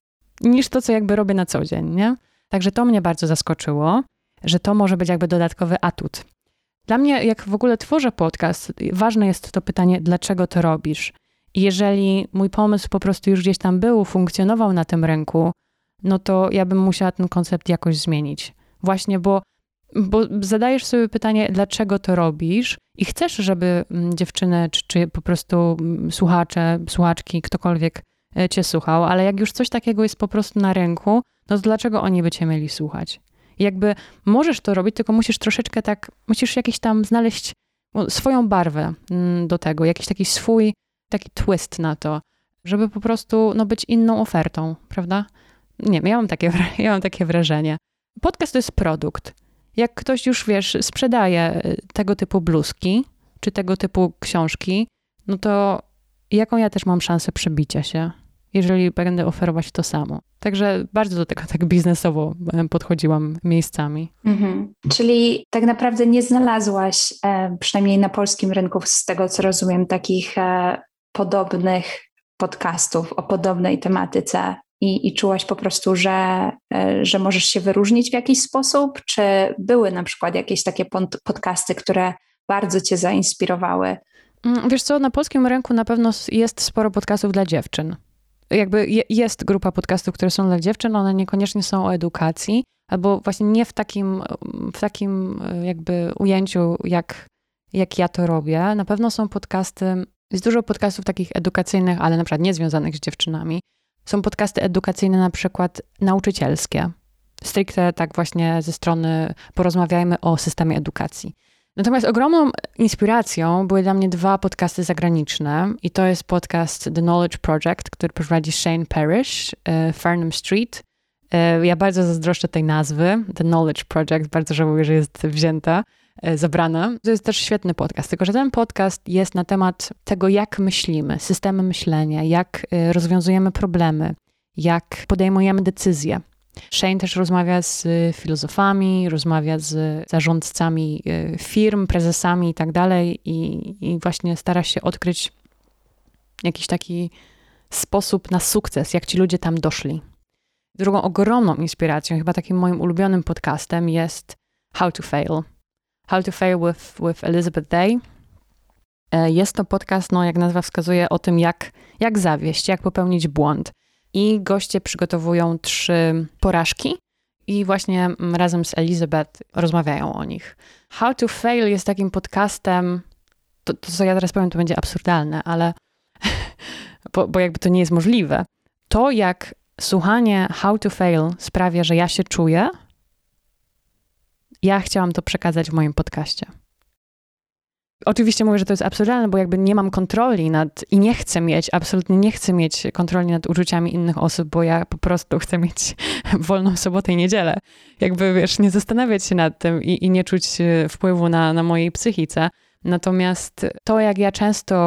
niż to, co jakby robię na co dzień, nie? Także to mnie bardzo zaskoczyło, że to może być jakby dodatkowy atut. Dla mnie, jak w ogóle tworzę podcast, ważne jest to pytanie, dlaczego to robisz? I jeżeli mój pomysł po prostu już gdzieś tam był, funkcjonował na tym rynku, no to ja bym musiała ten koncept jakoś zmienić. Właśnie, bo, bo zadajesz sobie pytanie, dlaczego to robisz i chcesz, żeby dziewczyny, czy, czy po prostu słuchacze, słuchaczki, ktokolwiek cię słuchał, ale jak już coś takiego jest po prostu na rynku, no to dlaczego oni by cię mieli słuchać? Jakby możesz to robić, tylko musisz troszeczkę tak, musisz jakiś tam znaleźć swoją barwę do tego, jakiś taki swój, taki twist na to, żeby po prostu no, być inną ofertą, prawda? Nie, ja mam takie, ja mam takie wrażenie. Podcast to jest produkt. Jak ktoś już, wiesz, sprzedaje tego typu bluzki, czy tego typu książki, no to jaką ja też mam szansę przebicia się, jeżeli będę oferować to samo. Także bardzo do tego tak biznesowo podchodziłam miejscami. Mhm. Czyli tak naprawdę nie znalazłaś, e, przynajmniej na polskim rynku, z tego co rozumiem, takich e, podobnych podcastów o podobnej tematyce i, i czułaś po prostu, że, e, że możesz się wyróżnić w jakiś sposób? Czy były na przykład jakieś takie pod, podcasty, które bardzo cię zainspirowały? Wiesz co, na polskim rynku na pewno jest sporo podcastów dla dziewczyn. Jakby jest grupa podcastów, które są dla dziewczyn, one niekoniecznie są o edukacji, albo właśnie nie w takim, w takim jakby ujęciu, jak, jak ja to robię. Na pewno są podcasty, jest dużo podcastów takich edukacyjnych, ale na przykład nie związanych z dziewczynami. Są podcasty edukacyjne, na przykład nauczycielskie. Stricte tak właśnie ze strony porozmawiajmy o systemie edukacji. Natomiast ogromną inspiracją były dla mnie dwa podcasty zagraniczne i to jest podcast The Knowledge Project, który prowadzi Shane Parrish, Farnham Street. Ja bardzo zazdroszczę tej nazwy, The Knowledge Project, bardzo żałuję, że jest wzięta, zabrana. To jest też świetny podcast, tylko że ten podcast jest na temat tego, jak myślimy, systemy myślenia, jak rozwiązujemy problemy, jak podejmujemy decyzje. Shane też rozmawia z filozofami, rozmawia z zarządcami firm, prezesami i tak dalej i właśnie stara się odkryć jakiś taki sposób na sukces, jak ci ludzie tam doszli. Drugą ogromną inspiracją, chyba takim moim ulubionym podcastem jest How to Fail. How to Fail with, with Elizabeth Day. Jest to podcast, no jak nazwa wskazuje, o tym, jak, jak zawieść, jak popełnić błąd. I goście przygotowują trzy porażki i właśnie razem z Elizabeth rozmawiają o nich. How to Fail jest takim podcastem, to, to co ja teraz powiem, to będzie absurdalne, ale bo, bo jakby to nie jest możliwe. To jak słuchanie How to Fail sprawia, że ja się czuję, ja chciałam to przekazać w moim podcaście. Oczywiście mówię, że to jest absurdalne, bo jakby nie mam kontroli nad i nie chcę mieć, absolutnie nie chcę mieć kontroli nad uczuciami innych osób, bo ja po prostu chcę mieć wolną sobotę i niedzielę. Jakby, wiesz, nie zastanawiać się nad tym i, i nie czuć wpływu na, na mojej psychice. Natomiast to, jak ja często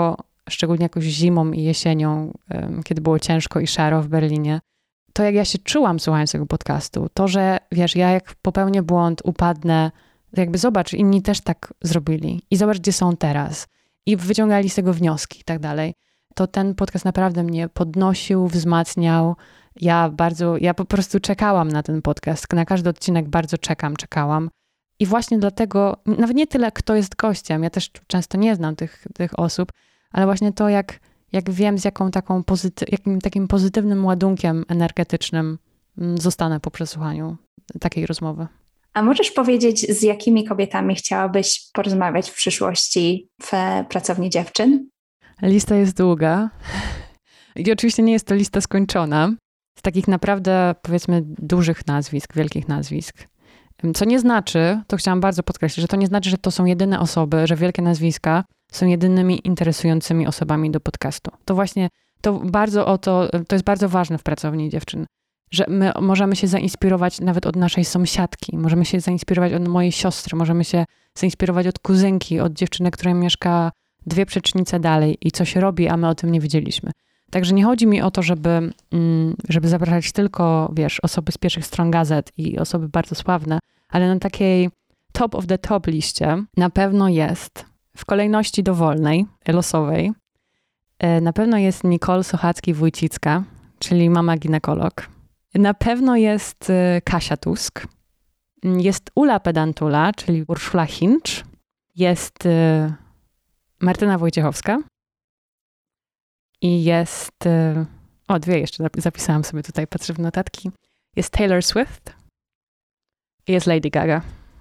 szczególnie jakąś zimą i jesienią, kiedy było ciężko i szaro w Berlinie, to jak ja się czułam słuchając tego podcastu, to, że wiesz, ja jak popełnię błąd, upadnę, to jakby zobacz, inni też tak zrobili i zobacz, gdzie są teraz i wyciągali z tego wnioski i tak dalej. To ten podcast naprawdę mnie podnosił, wzmacniał. Ja bardzo, ja po prostu czekałam na ten podcast. Na każdy odcinek bardzo czekam, czekałam. I właśnie dlatego, nawet nie tyle, kto jest gościem, ja też często nie znam tych, tych osób, ale właśnie to, jak, jak wiem, z jaką taką pozyty- jakim takim pozytywnym ładunkiem energetycznym zostanę po przesłuchaniu takiej rozmowy. A możesz powiedzieć, z jakimi kobietami chciałabyś porozmawiać w przyszłości w Pracowni Dziewczyn? Lista jest długa i oczywiście nie jest to lista skończona. Z takich naprawdę, powiedzmy, dużych nazwisk, wielkich nazwisk. Co nie znaczy, to chciałam bardzo podkreślić, że to nie znaczy, że to są jedyne osoby, że wielkie nazwiska są jedynymi interesującymi osobami do podcastu. To właśnie, to bardzo o to, to jest bardzo ważne w Pracowni Dziewczyn, że my możemy się zainspirować nawet od naszej sąsiadki, możemy się zainspirować od mojej siostry, możemy się zainspirować od kuzynki, od dziewczyny, która mieszka dwie przecznice dalej i coś robi, a my o tym nie wiedzieliśmy. Także nie chodzi mi o to, żeby, żeby zapraszać tylko, wiesz, osoby z pierwszych stron gazet i osoby bardzo sławne, ale na takiej top of the top liście na pewno jest w kolejności dowolnej, losowej, na pewno jest Nicole Sochacki-Wójcicka, czyli mama ginekolog. Na pewno jest Kasia Tusk. Jest Ula Pedantula, czyli Urszula Hinch. Jest Martyna Wojciechowska. I jest... O, dwie jeszcze zapisałam sobie tutaj, patrzę w notatki. Jest Taylor Swift i jest Lady Gaga.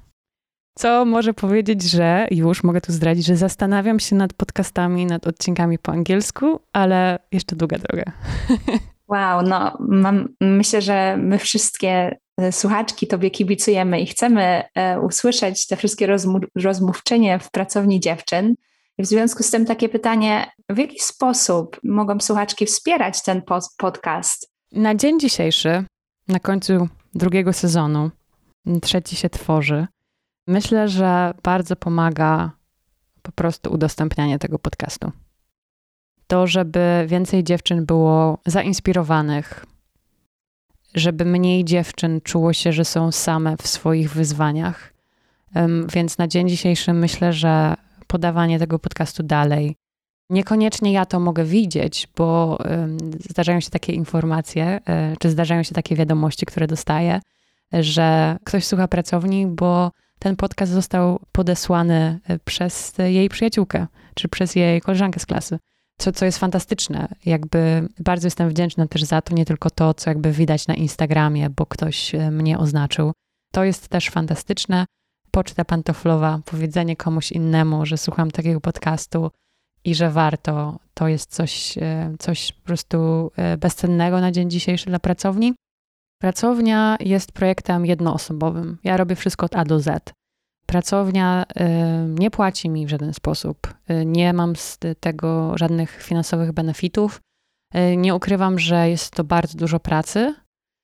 Co może powiedzieć, że już mogę tu zdradzić, że zastanawiam się nad podcastami, nad odcinkami po angielsku, ale jeszcze długa droga. Wow, no mam, myślę, że my wszystkie słuchaczki tobie kibicujemy i chcemy e, usłyszeć te wszystkie rozmów, rozmówczynie w Pracowni Dziewczyn. I w związku z tym takie pytanie, w jaki sposób mogą słuchaczki wspierać ten podcast? Na dzień dzisiejszy, na końcu drugiego sezonu, trzeci się tworzy, myślę, że bardzo pomaga po prostu udostępnianie tego podcastu. To, żeby więcej dziewczyn było zainspirowanych, żeby mniej dziewczyn czuło się, że są same w swoich wyzwaniach. Więc na dzień dzisiejszy myślę, że podawanie tego podcastu dalej. Niekoniecznie ja to mogę widzieć, bo zdarzają się takie informacje, czy zdarzają się takie wiadomości, które dostaję, że ktoś słucha Pracowni, bo ten podcast został podesłany przez jej przyjaciółkę, czy przez jej koleżankę z klasy. Co, co jest fantastyczne. Jakby bardzo jestem wdzięczna też za to, nie tylko to, co jakby widać na Instagramie, bo ktoś mnie oznaczył. To jest też fantastyczne. Poczta pantoflowa, powiedzenie komuś innemu, że słucham takiego podcastu i że warto, to jest coś, coś po prostu bezcennego na dzień dzisiejszy dla pracowni. Pracownia jest projektem jednoosobowym. Ja robię wszystko od A do Z. Pracownia nie płaci mi w żaden sposób. Nie mam z tego żadnych finansowych benefitów. Nie ukrywam, że jest to bardzo dużo pracy.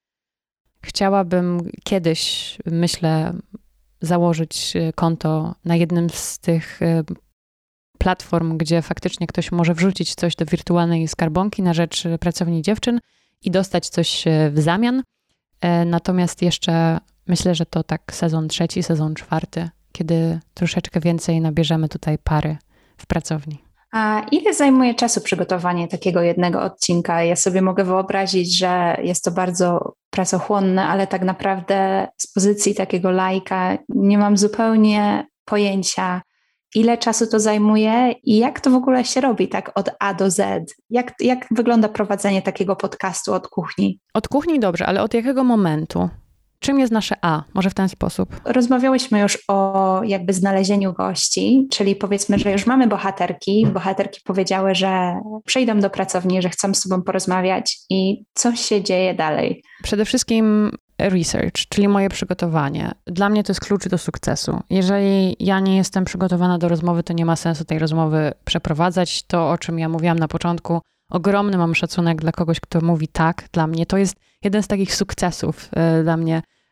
Chciałabym kiedyś, myślę, założyć konto na jednym z tych platform, gdzie faktycznie ktoś może wrzucić coś do wirtualnej skarbonki na rzecz Pracowni Dziewczyn i dostać coś w zamian. Natomiast jeszcze myślę, że to tak sezon trzeci, sezon czwarty, kiedy troszeczkę więcej nabierzemy tutaj pary w pracowni. A ile zajmuje czasu przygotowanie takiego jednego odcinka? Ja sobie mogę wyobrazić, że jest to bardzo pracochłonne, ale tak naprawdę z pozycji takiego laika nie mam zupełnie pojęcia, ile czasu to zajmuje i jak to w ogóle się robi tak od A do Z. Jak, jak wygląda prowadzenie takiego podcastu od kuchni? Od kuchni dobrze, ale od jakiego momentu? Czym jest nasze A? Może w ten sposób. Rozmawiałyśmy już o jakby znalezieniu gości, czyli powiedzmy, że już mamy bohaterki. Bohaterki powiedziały, że przyjdą do pracowni, że chcą z tobą porozmawiać i co się dzieje dalej? Przede wszystkim research, czyli moje przygotowanie. Dla mnie to jest klucz do sukcesu. Jeżeli ja nie jestem przygotowana do rozmowy, to nie ma sensu tej rozmowy przeprowadzać. To, o czym ja mówiłam na początku, ogromny mam szacunek dla kogoś, kto mówi tak. Dla mnie to jest jeden z takich sukcesów y, dla mnie.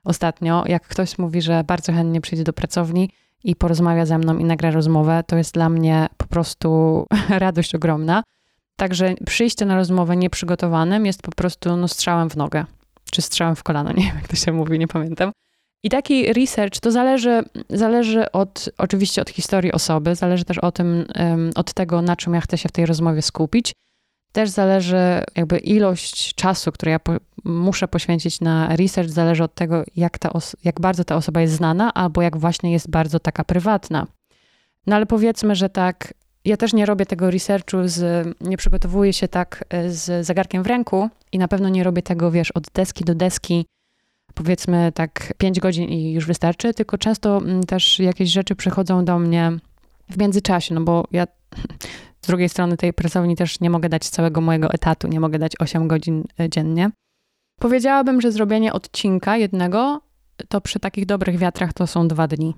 ostatnio. Jak ktoś mówi, że bardzo chętnie przyjdzie do pracowni i porozmawia ze mną i nagra rozmowę, to jest dla mnie po prostu radość ogromna. Także przyjście na rozmowę nieprzygotowanym jest po prostu no, strzałem w nogę. Czy strzałem w kolano, nie wiem jak to się mówi, nie pamiętam. I taki research to zależy, zależy od, oczywiście od historii osoby, zależy też o tym, um, od tego, na czym ja chcę się w tej rozmowie skupić. Też zależy jakby ilość czasu, który ja po, muszę poświęcić na research, zależy od tego, jak, ta os- jak bardzo ta osoba jest znana, albo jak właśnie jest bardzo taka prywatna. No ale powiedzmy, że tak, ja też nie robię tego researchu, z, nie przygotowuję się tak z zegarkiem w ręku i na pewno nie robię tego, wiesz, od deski do deski, powiedzmy tak pięć godzin i już wystarczy, tylko często też jakieś rzeczy przychodzą do mnie w międzyczasie, no bo ja z drugiej strony tej pracowni też nie mogę dać całego mojego etatu, nie mogę dać osiem godzin dziennie. Powiedziałabym, że zrobienie odcinka jednego, to przy takich dobrych wiatrach to są dwa dni.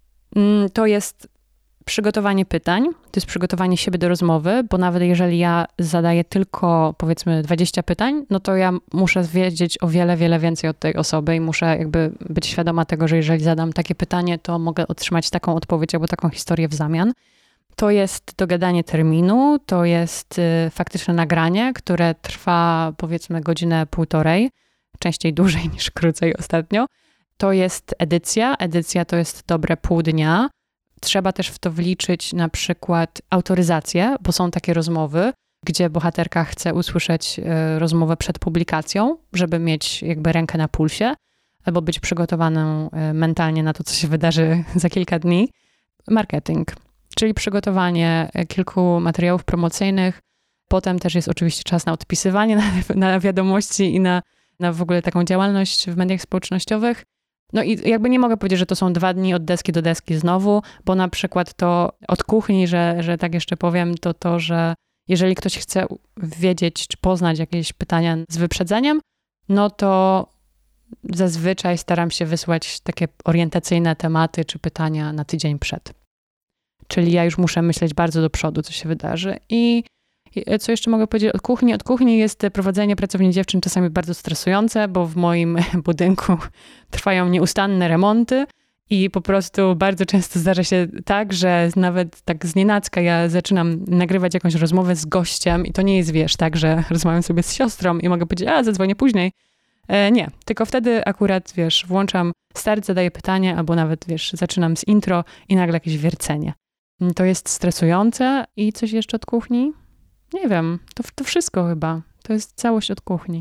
To jest przygotowanie pytań, to jest przygotowanie siebie do rozmowy, bo nawet jeżeli ja zadaję tylko powiedzmy dwadzieścia pytań, no to ja muszę wiedzieć o wiele, wiele więcej od tej osoby i muszę jakby być świadoma tego, że jeżeli zadam takie pytanie, to mogę otrzymać taką odpowiedź albo taką historię w zamian. To jest dogadanie terminu, to jest y, faktyczne nagranie, które trwa powiedzmy godzinę, półtorej, częściej dłużej niż krócej ostatnio. To jest edycja, edycja to jest dobre pół dnia. Trzeba też w to wliczyć na przykład autoryzację, bo są takie rozmowy, gdzie bohaterka chce usłyszeć y, rozmowę przed publikacją, żeby mieć jakby rękę na pulsie, albo być przygotowaną y, mentalnie na to, co się wydarzy za kilka dni. Marketing. Czyli przygotowanie kilku materiałów promocyjnych. Potem też jest oczywiście czas na odpisywanie na, na wiadomości i na, na w ogóle taką działalność w mediach społecznościowych. No i jakby nie mogę powiedzieć, że to są dwa dni od deski do deski znowu, bo na przykład to od kuchni, że, że tak jeszcze powiem, to to, że jeżeli ktoś chce wiedzieć czy poznać jakieś pytania z wyprzedzeniem, no to zazwyczaj staram się wysłać takie orientacyjne tematy czy pytania na tydzień przed. Czyli ja już muszę myśleć bardzo do przodu, co się wydarzy. I co jeszcze mogę powiedzieć od kuchni? Od kuchni jest prowadzenie pracowni dziewczyn czasami bardzo stresujące, bo w moim budynku trwają nieustanne remonty i po prostu bardzo często zdarza się tak, że nawet tak znienacka ja zaczynam nagrywać jakąś rozmowę z gościem i to nie jest, wiesz, tak, że rozmawiam sobie z siostrą i mogę powiedzieć, a zadzwonię później. E, nie, tylko wtedy akurat, wiesz, włączam start, zadaję pytanie albo nawet, wiesz, zaczynam z intro i nagle jakieś wiercenie. To jest stresujące i coś jeszcze od kuchni? Nie wiem, to, to wszystko chyba. To jest całość od kuchni.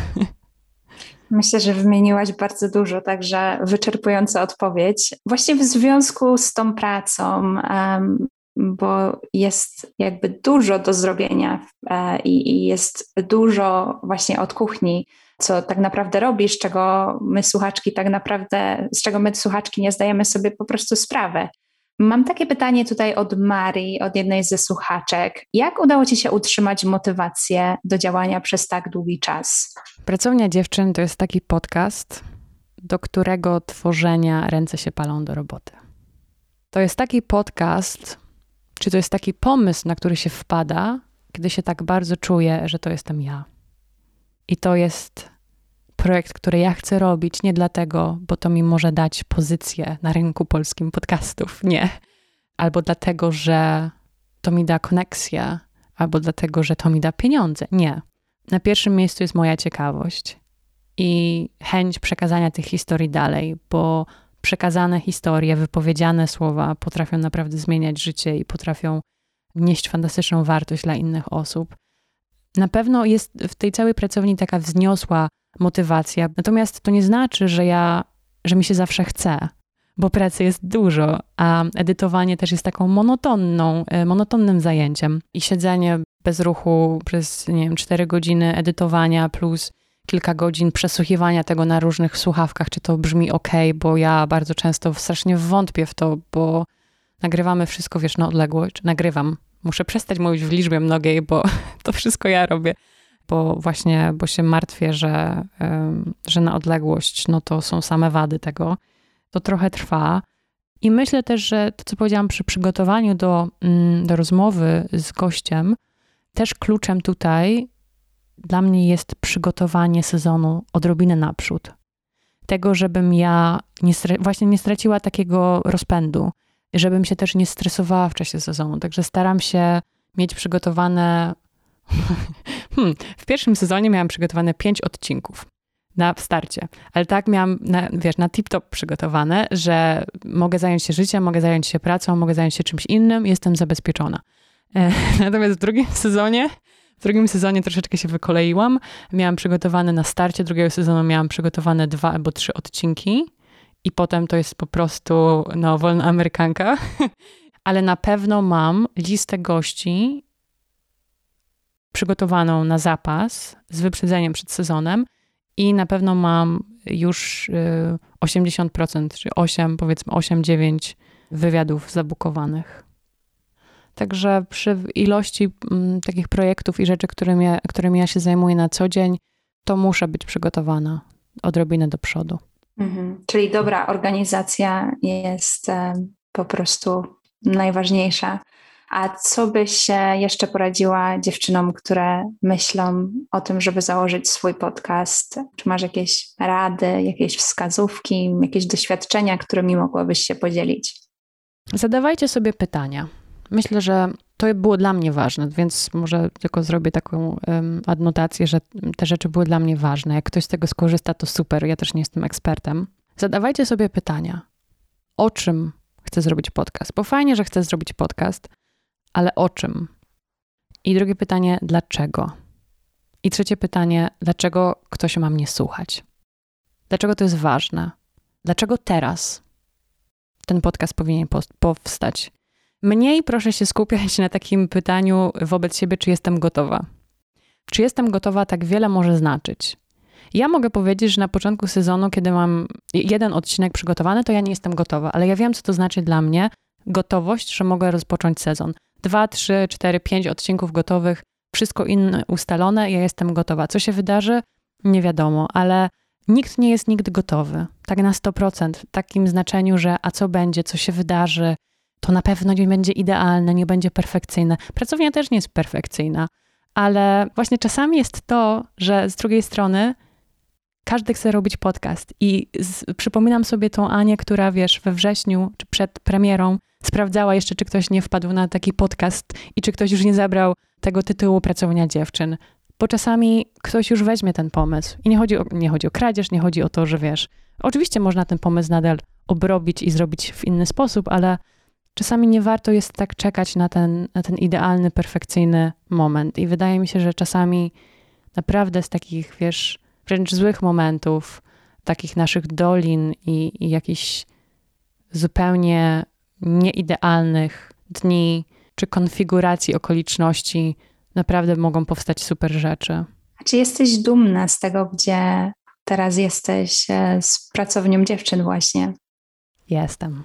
Myślę, że wymieniłaś bardzo dużo, także wyczerpująca odpowiedź. Właśnie w związku z tą pracą, um, bo jest jakby dużo do zrobienia e, i jest dużo właśnie od kuchni, co tak naprawdę robisz, czego my słuchaczki tak naprawdę, z czego my słuchaczki nie zdajemy sobie po prostu sprawy. Mam takie pytanie tutaj od Marii, od jednej ze słuchaczek. Jak udało ci się utrzymać motywację do działania przez tak długi czas? Pracownia dziewczyn to jest taki podcast, do którego tworzenia ręce się palą do roboty. To jest taki podcast, czy to jest taki pomysł, na który się wpada, kiedy się tak bardzo czuję, że to jestem ja. I to jest projekt, który ja chcę robić, nie dlatego, bo to mi może dać pozycję na rynku polskim podcastów, nie. Albo dlatego, że to mi da koneksję, albo dlatego, że to mi da pieniądze, nie. Na pierwszym miejscu jest moja ciekawość i chęć przekazania tych historii dalej, bo przekazane historie, wypowiedziane słowa potrafią naprawdę zmieniać życie i potrafią nieść fantastyczną wartość dla innych osób. Na pewno jest w tej całej pracowni taka wzniosła motywacja. Natomiast to nie znaczy, że ja, że mi się zawsze chce, bo pracy jest dużo, a edytowanie też jest taką monotonną, monotonnym zajęciem. I siedzenie bez ruchu przez, nie wiem, cztery godziny edytowania plus kilka godzin przesłuchiwania tego na różnych słuchawkach, czy to brzmi ok, bo ja bardzo często strasznie wątpię w to, bo nagrywamy wszystko, wiesz, na odległość. Nagrywam. Muszę przestać mówić w liczbie mnogiej, bo to wszystko ja robię. Bo właśnie, bo się martwię, że, że na odległość, no to są same wady tego. To trochę trwa. I myślę też, że to, co powiedziałam przy przygotowaniu do, do rozmowy z gościem, też kluczem tutaj dla mnie jest przygotowanie sezonu odrobinę naprzód. tego, żebym ja nie stra- właśnie nie straciła takiego rozpędu, żebym się też nie stresowała w czasie sezonu. Także staram się mieć przygotowane... hmm, w pierwszym sezonie miałam przygotowane pięć odcinków na starcie, ale tak miałam, na, wiesz, na tip-top przygotowane, że mogę zająć się życiem, mogę zająć się pracą, mogę zająć się czymś innym, jestem zabezpieczona. E, natomiast w drugim sezonie W drugim sezonie troszeczkę się wykoleiłam. Miałam przygotowane na starcie drugiego sezonu, miałam przygotowane dwa albo trzy odcinki i potem to jest po prostu no, wolna amerykanka. Ale na pewno mam listę gości przygotowaną na zapas z wyprzedzeniem przed sezonem i na pewno mam już osiemdziesiąt procent, czy osiem, powiedzmy osiem dziewięć wywiadów zabukowanych. Także przy ilości m, takich projektów i rzeczy, którymi ja, którymi ja się zajmuję na co dzień, to muszę być przygotowana odrobinę do przodu. Mhm. Czyli dobra organizacja jest e, po prostu najważniejsza. A co byś jeszcze poradziła dziewczynom, które myślą o tym, żeby założyć swój podcast? Czy masz jakieś rady, jakieś wskazówki, jakieś doświadczenia, którymi mogłabyś się podzielić? Zadawajcie sobie pytania. Myślę, że to było dla mnie ważne, więc może tylko zrobię taką um, adnotację, że te rzeczy były dla mnie ważne. Jak ktoś z tego skorzysta, to super. Ja też nie jestem ekspertem. Zadawajcie sobie pytania. O czym chcę zrobić podcast? Bo fajnie, że chcę zrobić podcast, ale o czym? I drugie pytanie, dlaczego? I trzecie pytanie, dlaczego ktoś ma mnie słuchać? Dlaczego to jest ważne? Dlaczego teraz ten podcast powinien powstać? Mniej proszę się skupiać na takim pytaniu wobec siebie, czy jestem gotowa. Czy jestem gotowa, tak wiele może znaczyć. Ja mogę powiedzieć, że na początku sezonu, kiedy mam jeden odcinek przygotowany, to ja nie jestem gotowa, ale ja wiem, co to znaczy dla mnie gotowość, że mogę rozpocząć sezon. Dwa, trzy, cztery, pięć odcinków gotowych, wszystko inne ustalone, ja jestem gotowa. Co się wydarzy? Nie wiadomo, ale nikt nie jest nigdy gotowy. Tak na sto procent. W takim znaczeniu, że a co będzie, co się wydarzy, to na pewno nie będzie idealne, nie będzie perfekcyjne. Pracownia też nie jest perfekcyjna, ale właśnie czasami jest to, że z drugiej strony każdy chce robić podcast i z, przypominam sobie tą Anię, która wiesz, we wrześniu czy przed premierą sprawdzała jeszcze, czy ktoś nie wpadł na taki podcast i czy ktoś już nie zabrał tego tytułu Pracownia Dziewczyn. Bo czasami ktoś już weźmie ten pomysł i nie chodzi o, nie chodzi o kradzież, nie chodzi o to, że wiesz, oczywiście można ten pomysł nadal obrobić i zrobić w inny sposób, ale czasami nie warto jest tak czekać na ten, na ten idealny, perfekcyjny moment. I wydaje mi się, że czasami naprawdę z takich, wiesz, wręcz złych momentów, takich naszych dolin i, i jakichś zupełnie nieidealnych dni czy konfiguracji okoliczności naprawdę mogą powstać super rzeczy. A czy jesteś dumna z tego, gdzie teraz jesteś z Pracownią Dziewczyn właśnie? Jestem.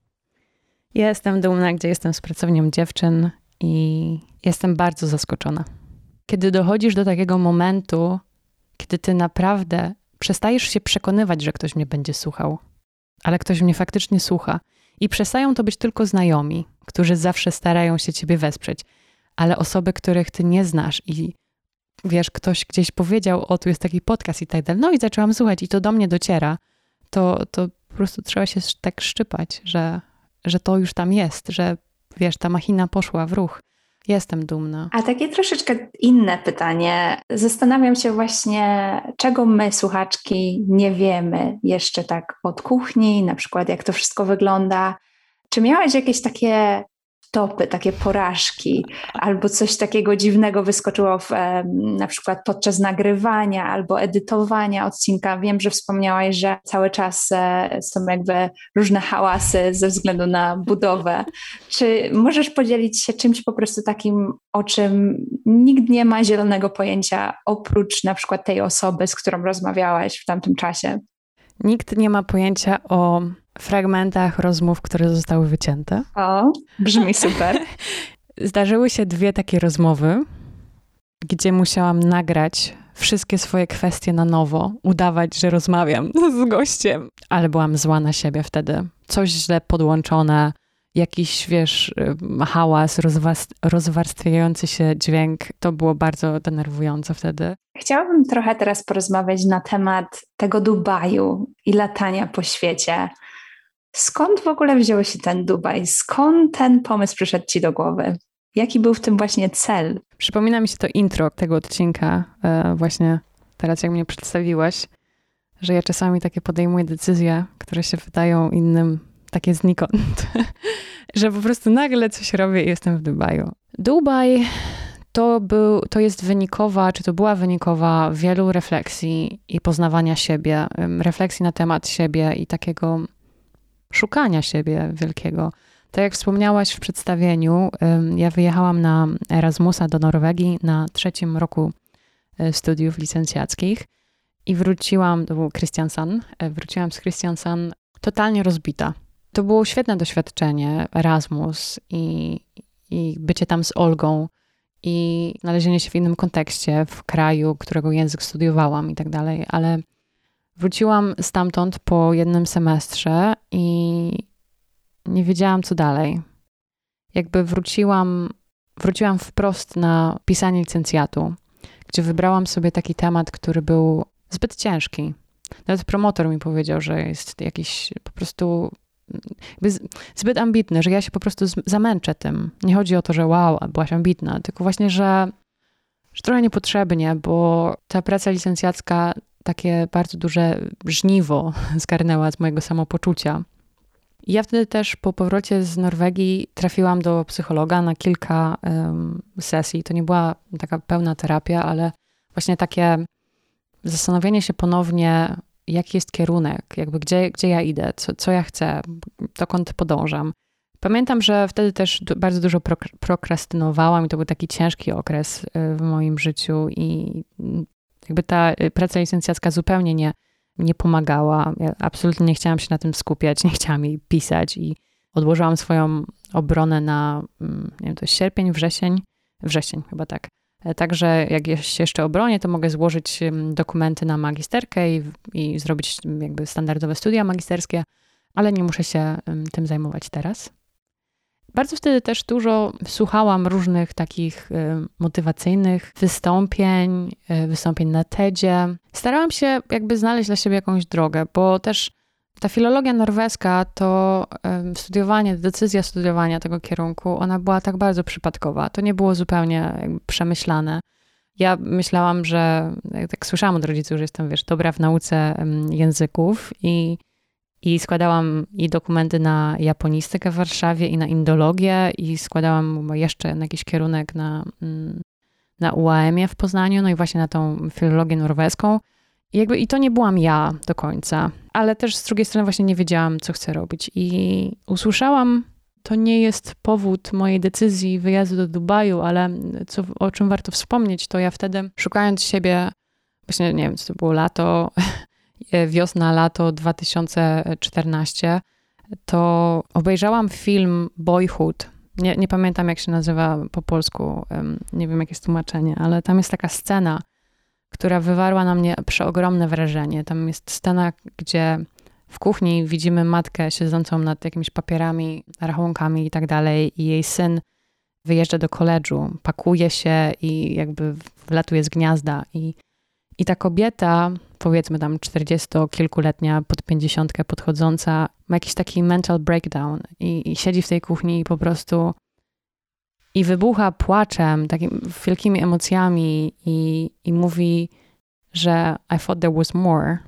Jestem dumna, gdzie jestem z Pracownią Dziewczyn i jestem bardzo zaskoczona. Kiedy dochodzisz do takiego momentu, kiedy ty naprawdę przestajesz się przekonywać, że ktoś mnie będzie słuchał, ale ktoś mnie faktycznie słucha i przestają to być tylko znajomi, którzy zawsze starają się ciebie wesprzeć, ale osoby, których ty nie znasz i wiesz, ktoś gdzieś powiedział, o tu jest taki podcast i tak dalej, no i zaczęłam słuchać i to do mnie dociera, to, to po prostu trzeba się tak szczypać, że, że to już tam jest, że wiesz, ta machina poszła w ruch. Jestem dumna. A takie troszeczkę inne pytanie. Zastanawiam się właśnie, czego my, słuchaczki, nie wiemy jeszcze tak od kuchni, na przykład jak to wszystko wygląda. Czy miałaś jakieś takie topy, takie porażki, albo coś takiego dziwnego wyskoczyło w, na przykład podczas nagrywania albo edytowania odcinka? Wiem, że wspomniałaś, że cały czas są jakby różne hałasy ze względu na budowę. Czy możesz podzielić się czymś po prostu takim, o czym nikt nie ma zielonego pojęcia, oprócz na przykład tej osoby, z którą rozmawiałaś w tamtym czasie? Nikt nie ma pojęcia o fragmentach rozmów, które zostały wycięte. O, brzmi super. Zdarzyły się dwie takie rozmowy, gdzie musiałam nagrać wszystkie swoje kwestie na nowo, udawać, że rozmawiam z gościem, ale byłam zła na siebie wtedy. Coś źle podłączone, jakiś, wiesz, hałas, rozwas- rozwarstwiający się dźwięk. To było bardzo denerwujące wtedy. Chciałabym trochę teraz porozmawiać na temat tego Dubaju i latania po świecie. Skąd w ogóle wziął się ten Dubaj? Skąd ten pomysł przyszedł ci do głowy? Jaki był w tym właśnie cel? Przypomina mi się to intro tego odcinka, właśnie teraz jak mnie przedstawiłaś, że ja czasami takie podejmuję decyzje, które się wydają innym takie znikąd, że po prostu nagle coś robię i jestem w Dubaju. Dubaj to, był, to jest wynikowa, czy to była wynikowa wielu refleksji i poznawania siebie, refleksji na temat siebie i takiego szukania siebie wielkiego. Tak jak wspomniałaś w przedstawieniu, ja wyjechałam na Erasmusa do Norwegii na trzecim roku studiów licencjackich i wróciłam, to był Kristiansand, wróciłam z Kristiansand totalnie rozbita. To było świetne doświadczenie, Erasmus i, i bycie tam z Olgą i znalezienie się w innym kontekście, w kraju, którego język studiowałam i tak dalej, ale wróciłam stamtąd po jednym semestrze i nie wiedziałam, co dalej. Jakby wróciłam, wróciłam wprost na pisanie licencjatu, gdzie wybrałam sobie taki temat, który był zbyt ciężki. Nawet promotor mi powiedział, że jest jakiś po prostu zbyt ambitny, że ja się po prostu zamęczę tym. Nie chodzi o to, że wow, byłaś ambitna, tylko właśnie, że, że trochę niepotrzebnie, bo ta praca licencjacka takie bardzo duże żniwo zgarnęła z mojego samopoczucia. I ja wtedy też po powrocie z Norwegii trafiłam do psychologa na kilka um, sesji. To nie była taka pełna terapia, ale właśnie takie zastanowienie się ponownie, jaki jest kierunek, jakby gdzie, gdzie ja idę, co, co ja chcę, dokąd podążam. Pamiętam, że wtedy też bardzo dużo prokrastynowałam i to był taki ciężki okres w moim życiu i jakby ta praca licencjacka zupełnie nie, nie pomagała. Ja absolutnie nie chciałam się na tym skupiać, nie chciałam jej pisać i odłożyłam swoją obronę na, nie wiem, to jest sierpień, wrzesień, wrzesień chyba tak. Także jak się jeszcze obronię, to mogę złożyć dokumenty na magisterkę i, i zrobić jakby standardowe studia magisterskie, ale nie muszę się tym zajmować teraz. Bardzo wtedy też dużo słuchałam różnych takich motywacyjnych wystąpień, wystąpień na TEDzie. Starałam się jakby znaleźć dla siebie jakąś drogę, bo też ta filologia norweska, to studiowanie, decyzja studiowania tego kierunku, ona była tak bardzo przypadkowa. To nie było zupełnie jakby przemyślane. Ja myślałam, że, tak słyszałam od rodziców, że jestem, wiesz, dobra w nauce języków i, i składałam i dokumenty na japonistykę w Warszawie i na indologię i składałam jeszcze na jakiś kierunek na, na U A M-ie w Poznaniu, no i właśnie na tą filologię norweską. I, jakby, I to nie byłam ja do końca, ale też z drugiej strony właśnie nie wiedziałam, co chcę robić. I usłyszałam, to nie jest powód mojej decyzji wyjazdu do Dubaju, ale co, o czym warto wspomnieć, to ja wtedy szukając siebie, właśnie nie wiem, co to było lato, wiosna, lato dwa tysiące czternaście, to obejrzałam film Boyhood. Nie, nie pamiętam, jak się nazywa po polsku, nie wiem, jakie jest tłumaczenie, ale tam jest taka scena, która wywarła na mnie przeogromne wrażenie. Tam jest scena, gdzie w kuchni widzimy matkę siedzącą nad jakimiś papierami, rachunkami i tak dalej i jej syn wyjeżdża do koledżu, pakuje się i jakby wlatuje z gniazda. I, i ta kobieta, powiedzmy tam czterdziestokilkuletnia, pod pięćdziesiątkę podchodząca, ma jakiś taki mental breakdown i, i siedzi w tej kuchni i po prostu i wybucha płaczem, takimi wielkimi emocjami i, i mówi, że I thought there was more,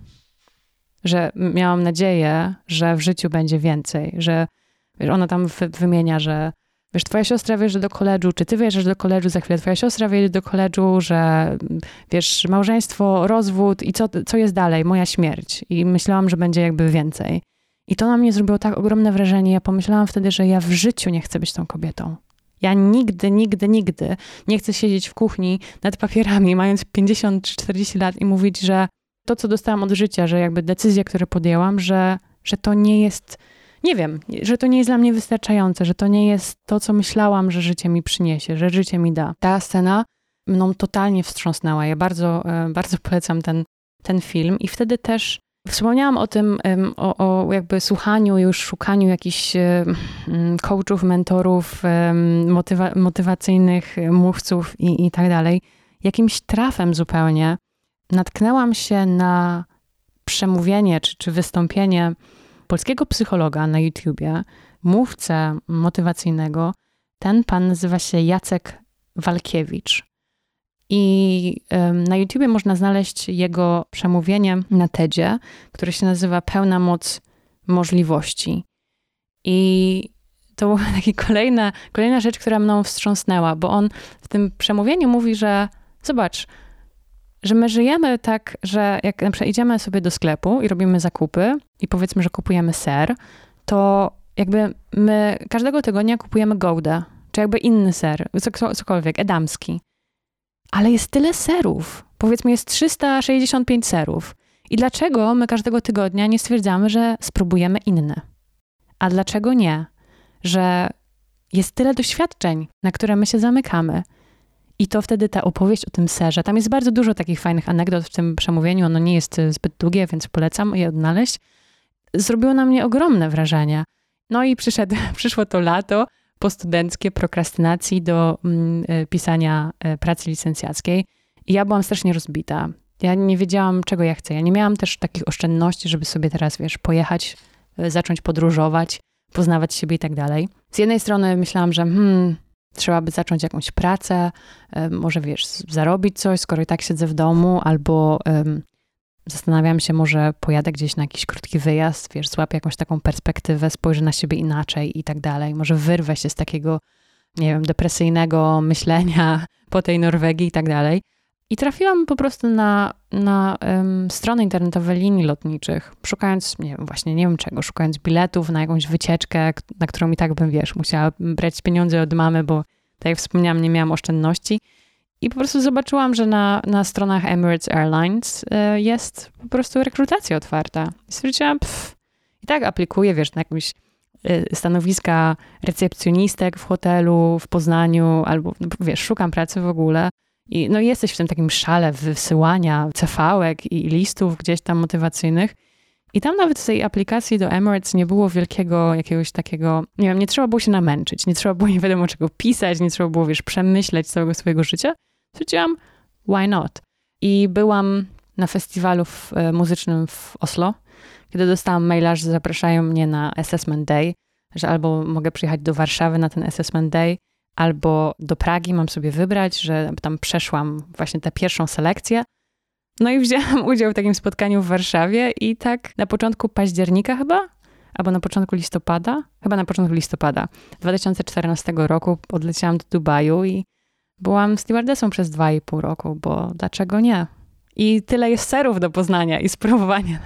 że miałam nadzieję, że w życiu będzie więcej, że wiesz, ona tam wy, wymienia, że wiesz, twoja siostra wjeżdża do koledżu, czy ty wjeżdżasz do koledżu, za chwilę twoja siostra wjedzie do koledżu, że wiesz, małżeństwo, rozwód i co, co jest dalej, moja śmierć. I myślałam, że będzie jakby więcej. I to na mnie zrobiło tak ogromne wrażenie. Ja pomyślałam wtedy, że ja w życiu nie chcę być tą kobietą. Ja nigdy, nigdy, nigdy nie chcę siedzieć w kuchni nad papierami, mając pięćdziesiąt czy czterdzieści lat i mówić, że to, co dostałam od życia, że jakby decyzje, które podjęłam, że, że to nie jest, nie wiem, że to nie jest dla mnie wystarczające, że to nie jest to, co myślałam, że życie mi przyniesie, że życie mi da. Ta scena mną totalnie wstrząsnęła. Ja bardzo, bardzo polecam ten, ten film i wtedy też Wspomniałam o tym, o, o jakby słuchaniu, już szukaniu jakichś coachów, mentorów, motywa- motywacyjnych mówców i, i tak dalej. Jakimś trafem zupełnie natknęłam się na przemówienie czy, czy wystąpienie polskiego psychologa na YouTubie, mówcę motywacyjnego. Ten pan nazywa się Jacek Walkiewicz. I na YouTubie można znaleźć jego przemówienie na TEDzie, które się nazywa Pełna moc możliwości. I to była taka kolejna, kolejna rzecz, która mną wstrząsnęła, bo on w tym przemówieniu mówi, że zobacz, że my żyjemy tak, że jak na przykład idziemy sobie do sklepu i robimy zakupy i powiedzmy, że kupujemy ser, to jakby my każdego tygodnia kupujemy Goudę, czy jakby inny ser, cokolwiek, edamski. Ale jest tyle serów. Powiedzmy, jest trzysta sześćdziesiąt pięć serów. I dlaczego my każdego tygodnia nie stwierdzamy, że spróbujemy inne? A dlaczego nie? Że jest tyle doświadczeń, na które my się zamykamy. I to wtedy ta opowieść o tym serze. Tam jest bardzo dużo takich fajnych anegdot w tym przemówieniu. Ono nie jest zbyt długie, więc polecam je odnaleźć. Zrobiło na mnie ogromne wrażenie. No i przyszedł, przyszło to lato postudenckie, prokrastynacji do mm, pisania y, pracy licencjackiej. I ja byłam strasznie rozbita. Ja nie wiedziałam, czego ja chcę. Ja nie miałam też takich oszczędności, żeby sobie teraz, wiesz, pojechać, y, zacząć podróżować, poznawać siebie i tak dalej. Z jednej strony myślałam, że hmm, trzeba by zacząć jakąś pracę, y, może, wiesz, zarobić coś, skoro i tak siedzę w domu, albo y, zastanawiam się, może pojadę gdzieś na jakiś krótki wyjazd, wiesz, złapię jakąś taką perspektywę, spojrzę na siebie inaczej i tak dalej. Może wyrwę się z takiego, nie wiem, depresyjnego myślenia po tej Norwegii i tak dalej. I trafiłam po prostu na, na um, strony internetowe linii lotniczych, szukając, nie wiem, właśnie nie wiem czego, szukając biletów na jakąś wycieczkę, na którą i tak bym, wiesz, musiała brać pieniądze od mamy, bo tak jak wspomniałam, nie miałam oszczędności. I po prostu zobaczyłam, że na, na stronach Emirates Airlines y, jest po prostu rekrutacja otwarta. I stwierdziłam, pff, i tak aplikuję, wiesz, na jakieś y, stanowiska recepcjonistek w hotelu w Poznaniu, albo, no, wiesz, szukam pracy w ogóle. I no jesteś w tym takim szale wysyłania cefałek i listów gdzieś tam motywacyjnych. I tam nawet z tej aplikacji do Emirates nie było wielkiego jakiegoś takiego, nie wiem, nie trzeba było się namęczyć, nie trzeba było nie wiadomo czego pisać, nie trzeba było, wiesz, przemyśleć całego swojego życia. Stwierdziłam, why not? I byłam na festiwalu w, e, muzycznym w Oslo, kiedy dostałam maila, że zapraszają mnie na Assessment Day, że albo mogę przyjechać do Warszawy na ten Assessment Day, albo do Pragi mam sobie wybrać, że tam przeszłam właśnie tę pierwszą selekcję. No i wzięłam udział w takim spotkaniu w Warszawie i tak na początku października chyba, albo na początku listopada, chyba na początku listopada dwa tysiące czternastego roku odleciałam do Dubaju i byłam stewardessą przez dwa i pół roku, bo dlaczego nie? I tyle jest serów do poznania i spróbowania.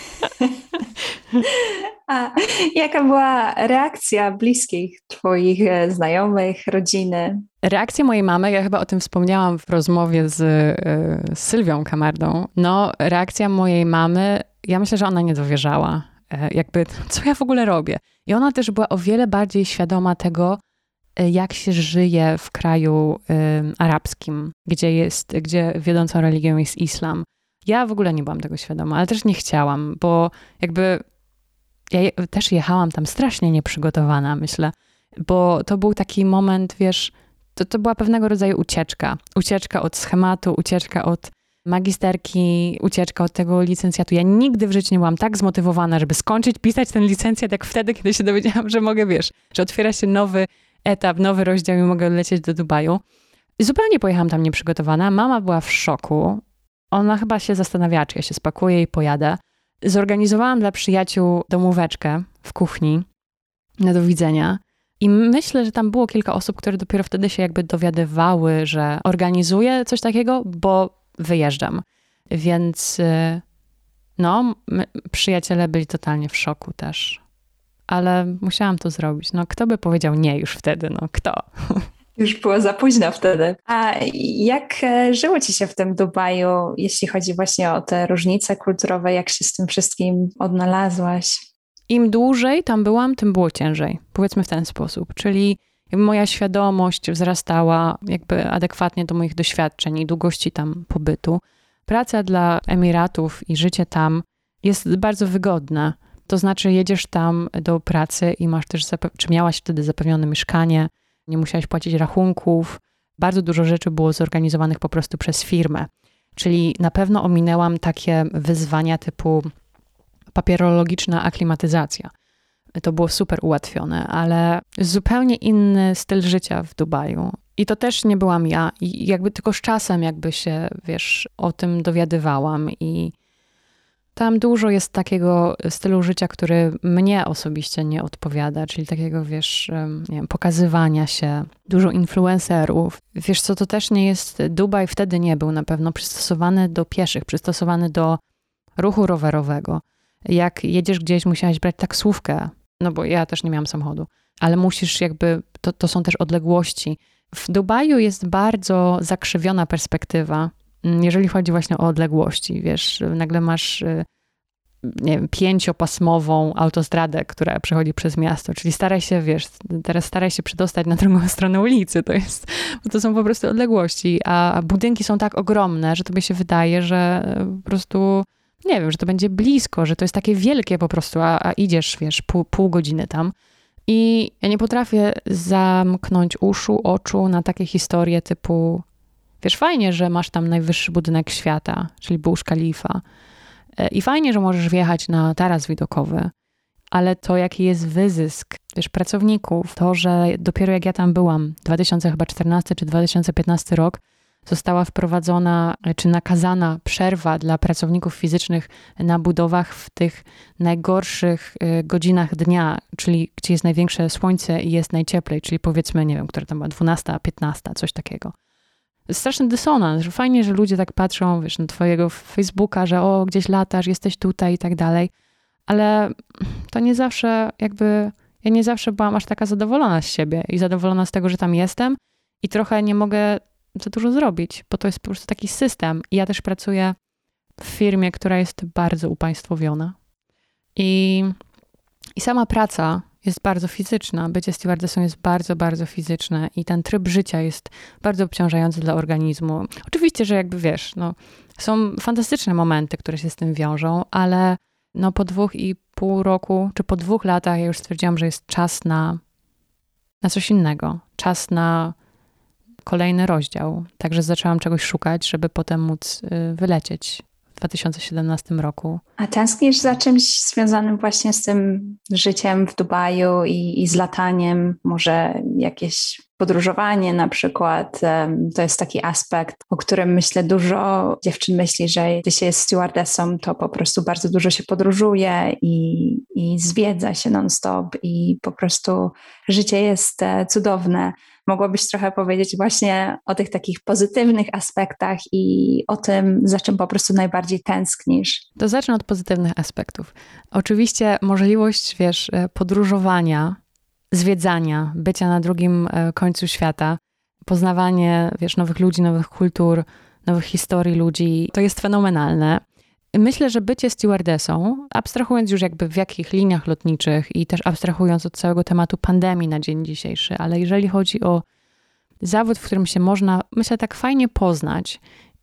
A jaka była reakcja bliskich twoich znajomych, rodziny? Reakcja mojej mamy, ja chyba o tym wspomniałam w rozmowie z, z Sylwią Kamardą. No, reakcja mojej mamy, ja myślę, że ona nie dowierzała. Jakby, co ja w ogóle robię? I ona też była o wiele bardziej świadoma tego, jak się żyje w kraju y, arabskim, gdzie jest, gdzie wiodącą religią jest islam. Ja w ogóle nie byłam tego świadoma, ale też nie chciałam, bo jakby ja je, też jechałam tam strasznie nieprzygotowana, myślę, bo to był taki moment, wiesz, to, to była pewnego rodzaju ucieczka. Ucieczka od schematu, ucieczka od magisterki, ucieczka od tego licencjatu. Ja nigdy w życiu nie byłam tak zmotywowana, żeby skończyć pisać ten licencjat, jak wtedy, kiedy się dowiedziałam, że mogę, wiesz, że otwiera się nowy etap, nowy rozdział i mogę lecieć do Dubaju. I zupełnie pojechałam tam nieprzygotowana. Mama była w szoku. Ona chyba się zastanawiała, czy ja się spakuję i pojadę. Zorganizowałam dla przyjaciół domóweczkę w kuchni na do widzenia. I myślę, że tam było kilka osób, które dopiero wtedy się jakby dowiadywały, że organizuję coś takiego, bo wyjeżdżam. Więc no, my, przyjaciele byli totalnie w szoku też. Ale musiałam to zrobić. No, kto by powiedział nie już wtedy? No, kto? Już było za późno wtedy. A jak żyło ci się w tym Dubaju, jeśli chodzi właśnie o te różnice kulturowe? Jak się z tym wszystkim odnalazłaś? Im dłużej tam byłam, tym było ciężej. Powiedzmy w ten sposób. Czyli moja świadomość wzrastała jakby adekwatnie do moich doświadczeń i długości tam pobytu. Praca dla Emiratów i życie tam jest bardzo wygodne. To znaczy jedziesz tam do pracy i masz też, czy miałaś wtedy zapewnione mieszkanie, nie musiałaś płacić rachunków. Bardzo dużo rzeczy było zorganizowanych po prostu przez firmę. Czyli na pewno ominęłam takie wyzwania typu papierologiczna aklimatyzacja. To było super ułatwione, ale zupełnie inny styl życia w Dubaju. I to też nie byłam ja. I jakby tylko z czasem jakby się, wiesz, o tym dowiadywałam. I tam dużo jest takiego stylu życia, który mnie osobiście nie odpowiada, czyli takiego, wiesz, nie wiem, pokazywania się, dużo influencerów. Wiesz co, to też nie jest, Dubaj wtedy nie był na pewno przystosowany do pieszych, przystosowany do ruchu rowerowego. Jak jedziesz gdzieś, musiałaś brać taksówkę, no bo ja też nie miałam samochodu, ale musisz jakby, to, to są też odległości. W Dubaju jest bardzo zakrzywiona perspektywa, jeżeli chodzi właśnie o odległości, wiesz, nagle masz, nie wiem, pięciopasmową autostradę, która przechodzi przez miasto, czyli staraj się, wiesz, teraz staraj się przedostać na drugą stronę ulicy, to jest, bo to są po prostu odległości, a budynki są tak ogromne, że tobie się wydaje, że po prostu, nie wiem, że to będzie blisko, że to jest takie wielkie po prostu, a, a idziesz, wiesz, pół, pół godziny tam. I ja nie potrafię zamknąć uszu, oczu na takie historie typu, wiesz, fajnie, że masz tam najwyższy budynek świata, czyli Burj Khalifa. I fajnie, że możesz wjechać na taras widokowy, ale to, jaki jest wyzysk, wiesz, pracowników, to, że dopiero jak ja tam byłam, dwa tysiące czternasty czy dwa tysiące piętnasty rok, została wprowadzona, czy nakazana przerwa dla pracowników fizycznych na budowach w tych najgorszych godzinach dnia, czyli gdzie jest największe słońce i jest najcieplej, czyli powiedzmy, nie wiem, która tam była dwunasta, piętnasta, coś takiego. Straszny dysonans, że fajnie, że ludzie tak patrzą, wiesz, na twojego Facebooka, że o, gdzieś latasz, jesteś tutaj i tak dalej, ale to nie zawsze jakby, ja nie zawsze byłam aż taka zadowolona z siebie i zadowolona z tego, że tam jestem i trochę nie mogę za dużo zrobić, bo to jest po prostu taki system. I ja też pracuję w firmie, która jest bardzo upaństwowiona. I, i sama praca jest bardzo fizyczna. Bycie stewardessą jest bardzo, bardzo fizyczne i ten tryb życia jest bardzo obciążający dla organizmu. Oczywiście, że jakby wiesz, no, są fantastyczne momenty, które się z tym wiążą, ale no, po dwóch i pół roku, czy po dwóch latach ja już stwierdziłam, że jest czas na, na coś innego. Czas na kolejny rozdział. Także zaczęłam czegoś szukać, żeby potem móc wylecieć w dwa tysiące siedemnastym roku. A tęsknisz za czymś związanym właśnie z tym życiem w Dubaju i, i z lataniem? Może jakieś podróżowanie na przykład? To jest taki aspekt, o którym myślę dużo dziewczyn myśli, że gdy się jest stewardessą, to po prostu bardzo dużo się podróżuje i, i zwiedza się non-stop i po prostu życie jest cudowne. Mogłabyś trochę powiedzieć właśnie o tych takich pozytywnych aspektach i o tym, za czym po prostu najbardziej tęsknisz? To zacznę od pozytywnych aspektów. Oczywiście możliwość, wiesz, podróżowania, zwiedzania, bycia na drugim końcu świata, poznawanie, wiesz, nowych ludzi, nowych kultur, nowych historii ludzi, to jest fenomenalne. Myślę, że bycie stewardessą, abstrahując już jakby w jakich liniach lotniczych i też abstrahując od całego tematu pandemii na dzień dzisiejszy, ale jeżeli chodzi o zawód, w którym się można, myślę, tak fajnie poznać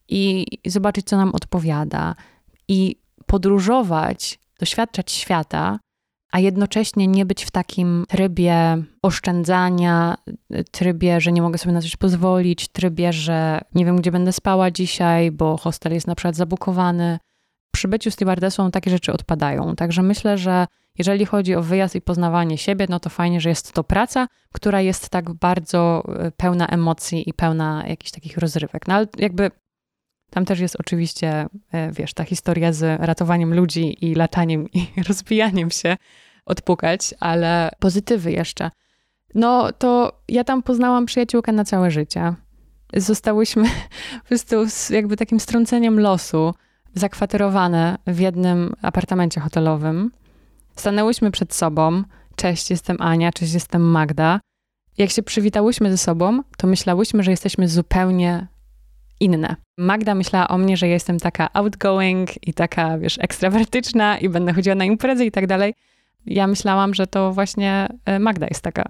i zobaczyć, co nam odpowiada i podróżować, doświadczać świata, a jednocześnie nie być w takim trybie oszczędzania, trybie, że nie mogę sobie na coś pozwolić, trybie, że nie wiem, gdzie będę spała dzisiaj, bo hostel jest na przykład zabukowany. Przy byciu stewardessą takie rzeczy odpadają. Także myślę, że jeżeli chodzi o wyjazd i poznawanie siebie, no to fajnie, że jest to praca, która jest tak bardzo pełna emocji i pełna jakichś takich rozrywek. No ale jakby tam też jest oczywiście, wiesz, ta historia z ratowaniem ludzi i lataniem i rozbijaniem się odpukać, ale pozytywy jeszcze. No to ja tam poznałam przyjaciółkę na całe życie. Zostałyśmy po prostu z jakby takim strąceniem losu zakwaterowane w jednym apartamencie hotelowym. Stanęłyśmy przed sobą. Cześć, jestem Ania, cześć, jestem Magda. Jak się przywitałyśmy ze sobą, to myślałyśmy, że jesteśmy zupełnie inne. Magda myślała o mnie, że jestem taka outgoing i taka, wiesz, ekstrawertyczna i będę chodziła na imprezy i tak dalej. Ja myślałam, że to właśnie Magda jest taka.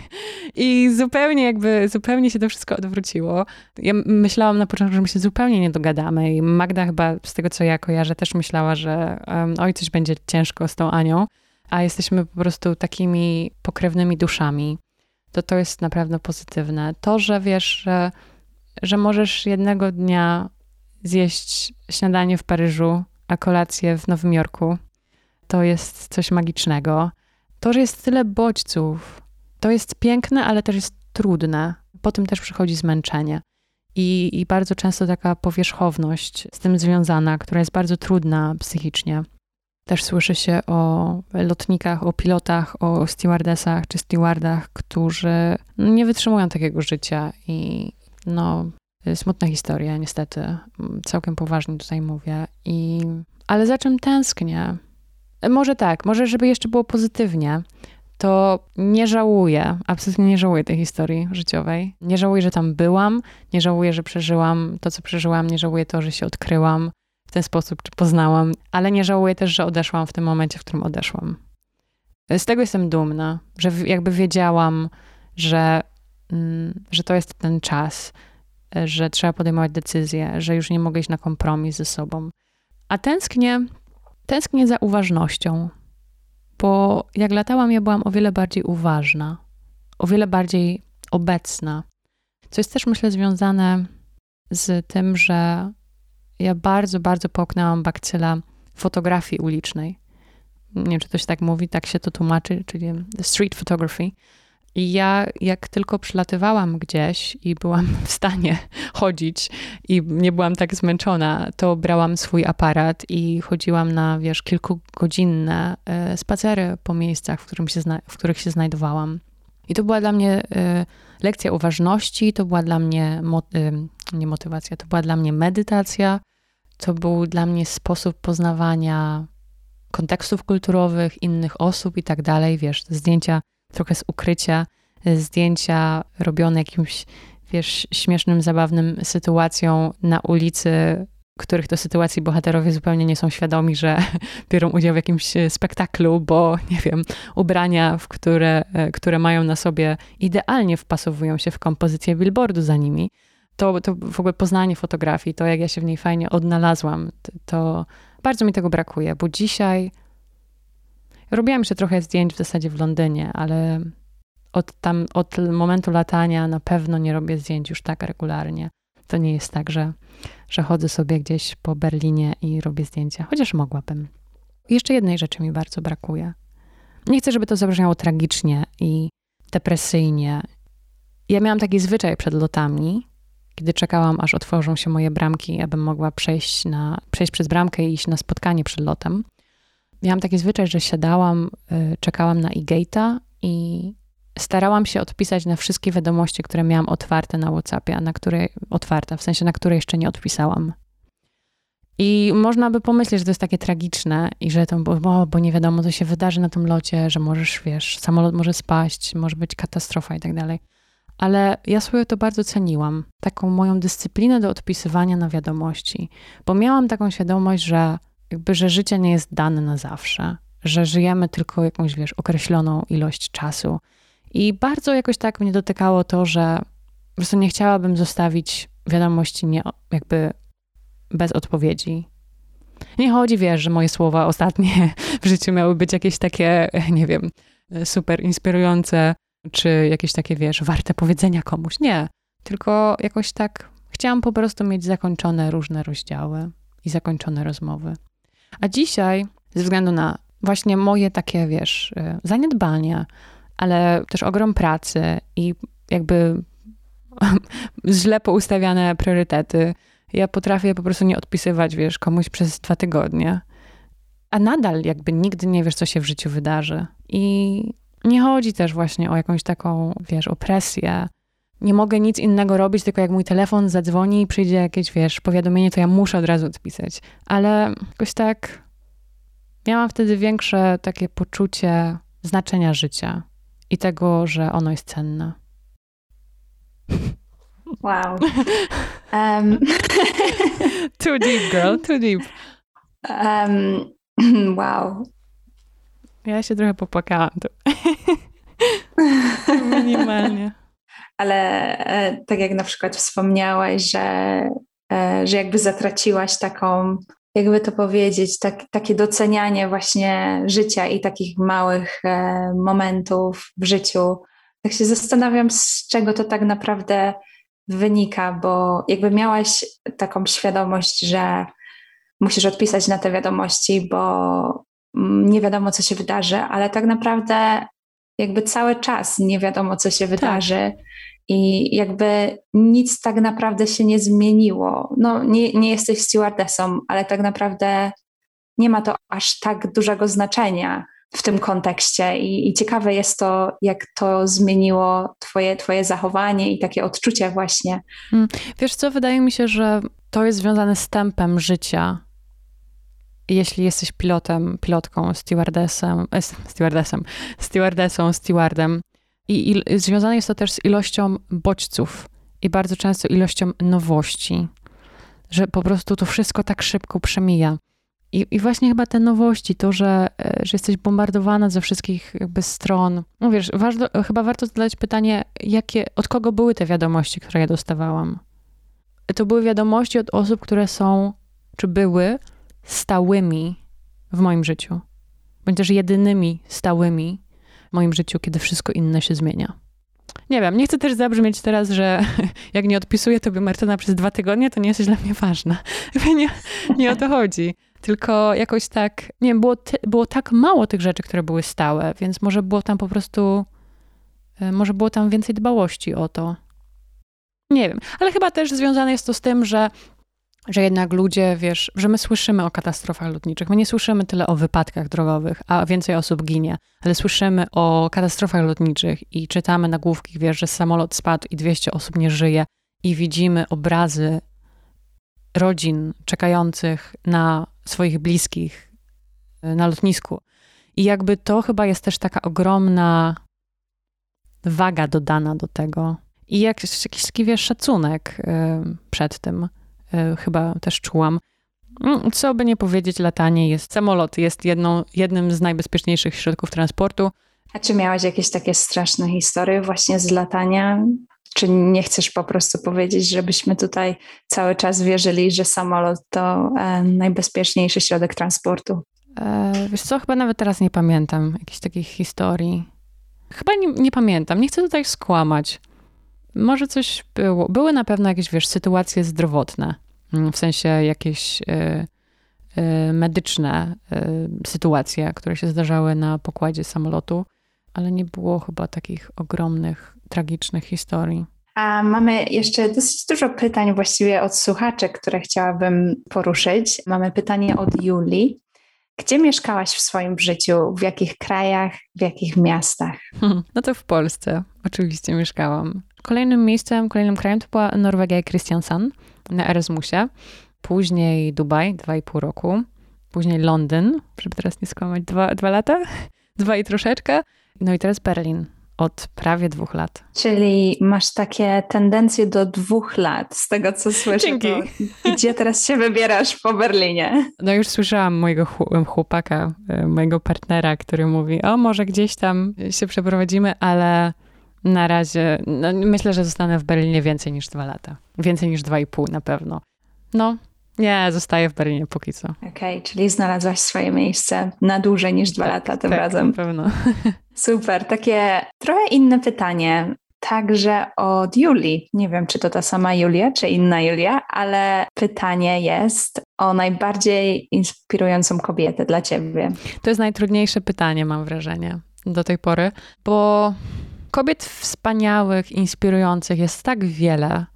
I zupełnie jakby, zupełnie się to wszystko odwróciło. Ja myślałam na początku, że my się zupełnie nie dogadamy i Magda chyba, z tego co ja kojarzę, też myślała, że um, oj, coś będzie ciężko z tą Anią, a jesteśmy po prostu takimi pokrewnymi duszami. To to jest naprawdę pozytywne. To, że wiesz, że, że możesz jednego dnia zjeść śniadanie w Paryżu, a kolację w Nowym Jorku, to jest coś magicznego. To, że jest tyle bodźców, to jest piękne, ale też jest trudne. Potem też przychodzi zmęczenie. I, I bardzo często taka powierzchowność z tym związana, która jest bardzo trudna psychicznie. Też słyszy się o lotnikach, o pilotach, o stewardesach czy stewardach, którzy nie wytrzymują takiego życia. I no, smutna historia, niestety. Całkiem poważnie tutaj mówię. I, ale za czym tęsknię? Może tak, może żeby jeszcze było pozytywnie, to nie żałuję, absolutnie nie żałuję tej historii życiowej. Nie żałuję, że tam byłam, nie żałuję, że przeżyłam to, co przeżyłam, nie żałuję to, że się odkryłam w ten sposób, czy poznałam, ale nie żałuję też, że odeszłam w tym momencie, w którym odeszłam. Z tego jestem dumna, że jakby wiedziałam, że, że to jest ten czas, że trzeba podejmować decyzje, że już nie mogę iść na kompromis ze sobą. A tęsknię, tęsknię za uważnością, bo jak latałam, ja byłam o wiele bardziej uważna, o wiele bardziej obecna, co jest też, myślę, związane z tym, że ja bardzo, bardzo połknęłam bakcyla fotografii ulicznej. Nie wiem, czy to się tak mówi, tak się to tłumaczy, czyli street photography. I ja jak tylko przylatywałam gdzieś i byłam w stanie chodzić i nie byłam tak zmęczona, to brałam swój aparat i chodziłam na, wiesz, kilkugodzinne y, spacery po miejscach, w, którym się zna- w których się znajdowałam. I to była dla mnie y, lekcja uważności, to była dla mnie, mo- y, nie motywacja, to była dla mnie medytacja, to był dla mnie sposób poznawania kontekstów kulturowych, innych osób i tak dalej, wiesz, zdjęcia trochę z ukrycia, zdjęcia robione jakimś, wiesz, śmiesznym, zabawnym sytuacją na ulicy, których to sytuacji bohaterowie zupełnie nie są świadomi, że biorą udział w jakimś spektaklu, bo, nie wiem, ubrania, w które, które mają na sobie, idealnie wpasowują się w kompozycję billboardu za nimi. To, to w ogóle poznanie fotografii, to jak ja się w niej fajnie odnalazłam, to, to bardzo mi tego brakuje, bo dzisiaj robiłam jeszcze trochę zdjęć w zasadzie w Londynie, ale od, tam, od momentu latania na pewno nie robię zdjęć już tak regularnie. To nie jest tak, że, że chodzę sobie gdzieś po Berlinie i robię zdjęcia, chociaż mogłabym. Jeszcze jednej rzeczy mi bardzo brakuje. Nie chcę, żeby to zabrzmiało tragicznie i depresyjnie. Ja miałam taki zwyczaj przed lotami, kiedy czekałam, aż otworzą się moje bramki, abym mogła przejść, na, przejść przez bramkę i iść na spotkanie przed lotem. Miałam taki zwyczaj, że siadałam, y, czekałam na e-gate'a i starałam się odpisać na wszystkie wiadomości, które miałam otwarte na WhatsAppie, a na które otwarte, w sensie na które jeszcze nie odpisałam. I można by pomyśleć, że to jest takie tragiczne i że to, bo, bo nie wiadomo, co się wydarzy na tym locie, że możesz, wiesz, samolot może spaść, może być katastrofa i tak dalej. Ale ja sobie to bardzo ceniłam, taką moją dyscyplinę do odpisywania na wiadomości, bo miałam taką świadomość, że jakby, że życie nie jest dane na zawsze, że żyjemy tylko jakąś, wiesz, określoną ilość czasu. I bardzo jakoś tak mnie dotykało to, że po prostu nie chciałabym zostawić wiadomości nie, jakby bez odpowiedzi. Nie chodzi, wiesz, że moje słowa ostatnie w życiu miały być jakieś takie, nie wiem, super inspirujące, czy jakieś takie, wiesz, warte powiedzenia komuś. Nie, tylko jakoś tak chciałam po prostu mieć zakończone różne rozdziały i zakończone rozmowy. A dzisiaj, ze względu na właśnie moje takie, wiesz, zaniedbania, ale też ogrom pracy i jakby źle poustawiane priorytety, ja potrafię po prostu nie odpisywać, wiesz, komuś przez dwa tygodnie. A nadal jakby nigdy nie wiesz, co się w życiu wydarzy. I nie chodzi też właśnie o jakąś taką, wiesz, opresję. Nie mogę nic innego robić, tylko jak mój telefon zadzwoni i przyjdzie jakieś, wiesz, powiadomienie, to ja muszę od razu odpisać. Ale jakoś tak miałam wtedy większe takie poczucie znaczenia życia i tego, że ono jest cenne. Wow. Um. Too deep, girl, too deep. Um, wow. Ja się trochę popłakałam tu. Minimalnie. Ale e, tak jak na przykład wspomniałaś, że, e, że jakby zatraciłaś taką, jakby to powiedzieć, tak, takie docenianie właśnie życia i takich małych e, momentów w życiu. Tak się zastanawiam, z czego to tak naprawdę wynika, bo jakby miałaś taką świadomość, że musisz odpisać na te wiadomości, bo nie wiadomo, co się wydarzy, ale tak naprawdę jakby cały czas nie wiadomo, co się wydarzy. Tak. I jakby nic tak naprawdę się nie zmieniło. No nie, nie jesteś stewardessą, ale tak naprawdę nie ma to aż tak dużego znaczenia w tym kontekście i, i ciekawe jest to, jak to zmieniło twoje, twoje zachowanie i takie odczucia właśnie. Wiesz co, wydaje mi się, że to jest związane z tempem życia. Jeśli jesteś pilotem, pilotką, stewardessem, stewardessem, stewardessą, stewardem i, i związane jest to też z ilością bodźców i bardzo często ilością nowości, że po prostu to wszystko tak szybko przemija. I, i właśnie chyba te nowości, to, że, że jesteś bombardowana ze wszystkich jakby stron. No wiesz, ważno, chyba warto zadać pytanie, jakie, od kogo były te wiadomości, które ja dostawałam. To były wiadomości od osób, które są, czy były stałymi w moim życiu. Bądź też jedynymi stałymi w moim życiu, kiedy wszystko inne się zmienia. Nie wiem, nie chcę też zabrzmieć teraz, że jak nie odpisuję tobie, Martyna, przez dwa tygodnie, to nie jesteś dla mnie ważna. Nie, nie o to chodzi. Tylko jakoś tak, nie wiem, było, ty, było tak mało tych rzeczy, które były stałe, więc może było tam po prostu, może było tam więcej dbałości o to. Nie wiem, ale chyba też związane jest to z tym, że że jednak ludzie, wiesz, że my słyszymy o katastrofach lotniczych. My nie słyszymy tyle o wypadkach drogowych, a więcej osób ginie, ale słyszymy o katastrofach lotniczych i czytamy nagłówki, wiesz, że samolot spadł i dwieście osób nie żyje i widzimy obrazy rodzin czekających na swoich bliskich na lotnisku. I jakby to chyba jest też taka ogromna waga dodana do tego. I jakiś, jakiś taki, wiesz, szacunek yy, przed tym. Chyba też czułam. Co by nie powiedzieć, latanie jest, samolot jest jedną, jednym z najbezpieczniejszych środków transportu. A czy miałaś jakieś takie straszne historie właśnie z latania? Czy nie chcesz po prostu powiedzieć, żebyśmy tutaj cały czas wierzyli, że samolot to e, najbezpieczniejszy środek transportu? E, wiesz co, chyba nawet teraz nie pamiętam jakichś takich historii. Chyba nie, nie pamiętam, nie chcę tutaj skłamać. Może coś było. Były na pewno jakieś, wiesz, sytuacje zdrowotne, w sensie jakieś y, y, medyczne y, sytuacje, które się zdarzały na pokładzie samolotu, ale nie było chyba takich ogromnych, tragicznych historii. A mamy jeszcze dosyć dużo pytań właściwie od słuchaczek, które chciałabym poruszyć. Mamy pytanie od Julii. Gdzie mieszkałaś w swoim życiu? W jakich krajach? W jakich miastach? No to w Polsce oczywiście mieszkałam. Kolejnym miejscem, kolejnym krajem to była Norwegia i Kristiansand na Erasmusie. Później Dubaj, dwa i pół roku. Później Londyn, żeby teraz nie skłamać, dwa, dwa lata? Dwa i troszeczkę. No i teraz Berlin od prawie dwóch lat. Czyli masz takie tendencje do dwóch lat, z tego co słyszę. Dzięki. To gdzie teraz się wybierasz po Berlinie? No już słyszałam mojego chłopaka, mojego partnera, który mówi, o może gdzieś tam się przeprowadzimy, ale na razie no, myślę, że zostanę w Berlinie więcej niż dwa lata. Więcej niż dwa i pół na pewno. No, nie, zostaję w Berlinie póki co. Okej, okay, czyli znalazłaś swoje miejsce na dłużej niż dwa tak, lata tym tak, razem. Na pewno. Super, takie trochę inne pytanie. Także od Julii. Nie wiem, czy to ta sama Julia, czy inna Julia, ale pytanie jest o najbardziej inspirującą kobietę dla ciebie. To jest najtrudniejsze pytanie, mam wrażenie, do tej pory, bo kobiet wspaniałych, inspirujących jest tak wiele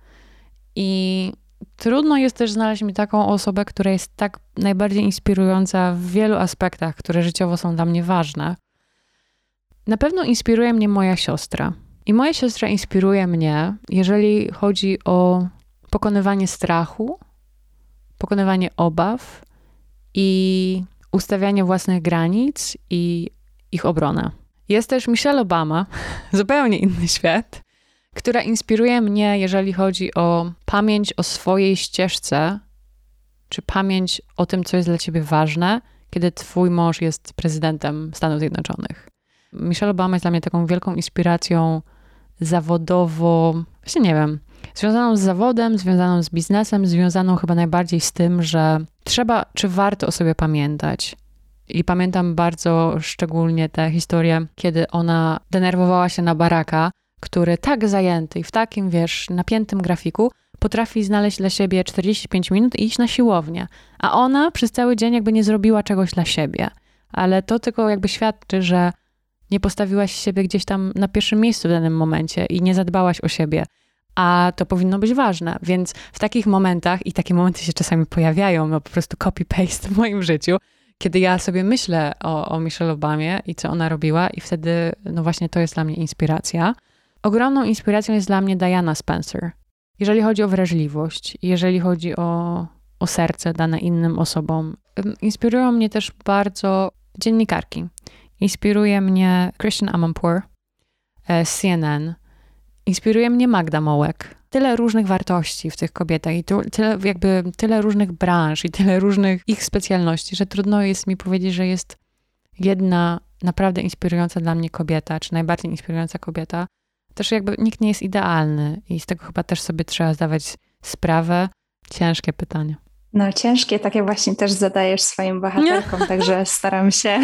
i trudno jest też znaleźć mi taką osobę, która jest tak najbardziej inspirująca w wielu aspektach, które życiowo są dla mnie ważne. Na pewno inspiruje mnie moja siostra. I moja siostra inspiruje mnie, jeżeli chodzi o pokonywanie strachu, pokonywanie obaw i ustawianie własnych granic i ich obronę. Jest też Michelle Obama, zupełnie inny świat, która inspiruje mnie, jeżeli chodzi o pamięć o swojej ścieżce, czy pamięć o tym, co jest dla ciebie ważne, kiedy twój mąż jest prezydentem Stanów Zjednoczonych. Michelle Obama jest dla mnie taką wielką inspiracją zawodowo, właśnie nie wiem, związaną z zawodem, związaną z biznesem, związaną chyba najbardziej z tym, że trzeba, czy warto o sobie pamiętać. I pamiętam bardzo szczególnie tę historię, kiedy ona denerwowała się na Baracka, który tak zajęty i w takim, wiesz, napiętym grafiku potrafi znaleźć dla siebie czterdzieści pięć minut i iść na siłownię. A ona przez cały dzień jakby nie zrobiła czegoś dla siebie. Ale to tylko jakby świadczy, że nie postawiłaś siebie gdzieś tam na pierwszym miejscu w danym momencie i nie zadbałaś o siebie. A to powinno być ważne. Więc w takich momentach, i takie momenty się czasami pojawiają, no po prostu copy-paste w moim życiu, kiedy ja sobie myślę o, o Michelle Obamie i co ona robiła i wtedy, no właśnie to jest dla mnie inspiracja. Ogromną inspiracją jest dla mnie Diana Spencer. Jeżeli chodzi o wrażliwość, jeżeli chodzi o, o serce dane innym osobom. Inspirują mnie też bardzo dziennikarki. Inspiruje mnie Christiane Amanpour z C N N. Inspiruje mnie Magda Mołek. Tyle różnych wartości w tych kobietach i tu, tyle, jakby, tyle różnych branż i tyle różnych ich specjalności, że trudno jest mi powiedzieć, że jest jedna naprawdę inspirująca dla mnie kobieta, czy najbardziej inspirująca kobieta. Też jakby nikt nie jest idealny i z tego chyba też sobie trzeba zdawać sprawę. Ciężkie pytanie. No ciężkie, takie właśnie też zadajesz swoim bohaterkom, także staram się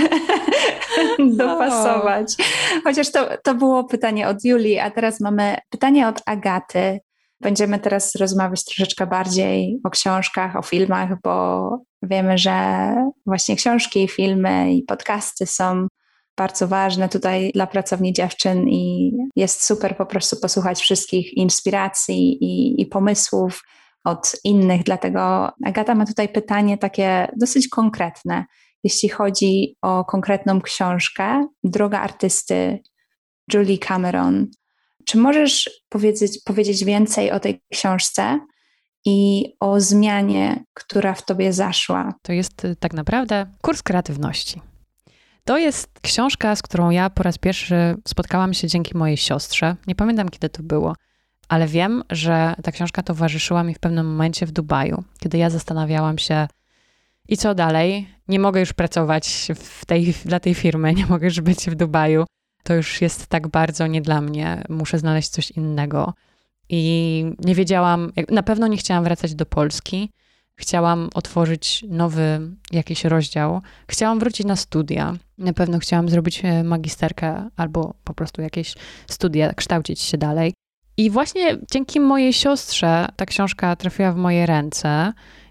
dopasować. Chociaż to, to było pytanie od Julii, a teraz mamy pytanie od Agaty. Będziemy teraz rozmawiać troszeczkę bardziej o książkach, o filmach, bo wiemy, że właśnie książki, filmy i podcasty są bardzo ważne tutaj dla pracowni dziewczyn i jest super po prostu posłuchać wszystkich inspiracji i, i pomysłów od innych. Dlatego Agata ma tutaj pytanie takie dosyć konkretne. Jeśli chodzi o konkretną książkę, Droga artysty Julie Cameron, czy możesz powiedzieć, powiedzieć więcej o tej książce i o zmianie, która w tobie zaszła? To jest tak naprawdę kurs kreatywności. To jest książka, z którą ja po raz pierwszy spotkałam się dzięki mojej siostrze. Nie pamiętam, kiedy to było, ale wiem, że ta książka towarzyszyła mi w pewnym momencie w Dubaju, kiedy ja zastanawiałam się, i co dalej? Nie mogę już pracować w tej, dla tej firmy, nie mogę już być w Dubaju. To już jest tak bardzo nie dla mnie. Muszę znaleźć coś innego. I nie wiedziałam, na pewno nie chciałam wracać do Polski. Chciałam otworzyć nowy jakiś rozdział. Chciałam wrócić na studia. Na pewno chciałam zrobić magisterkę albo po prostu jakieś studia, kształcić się dalej. I właśnie dzięki mojej siostrze ta książka trafiła w moje ręce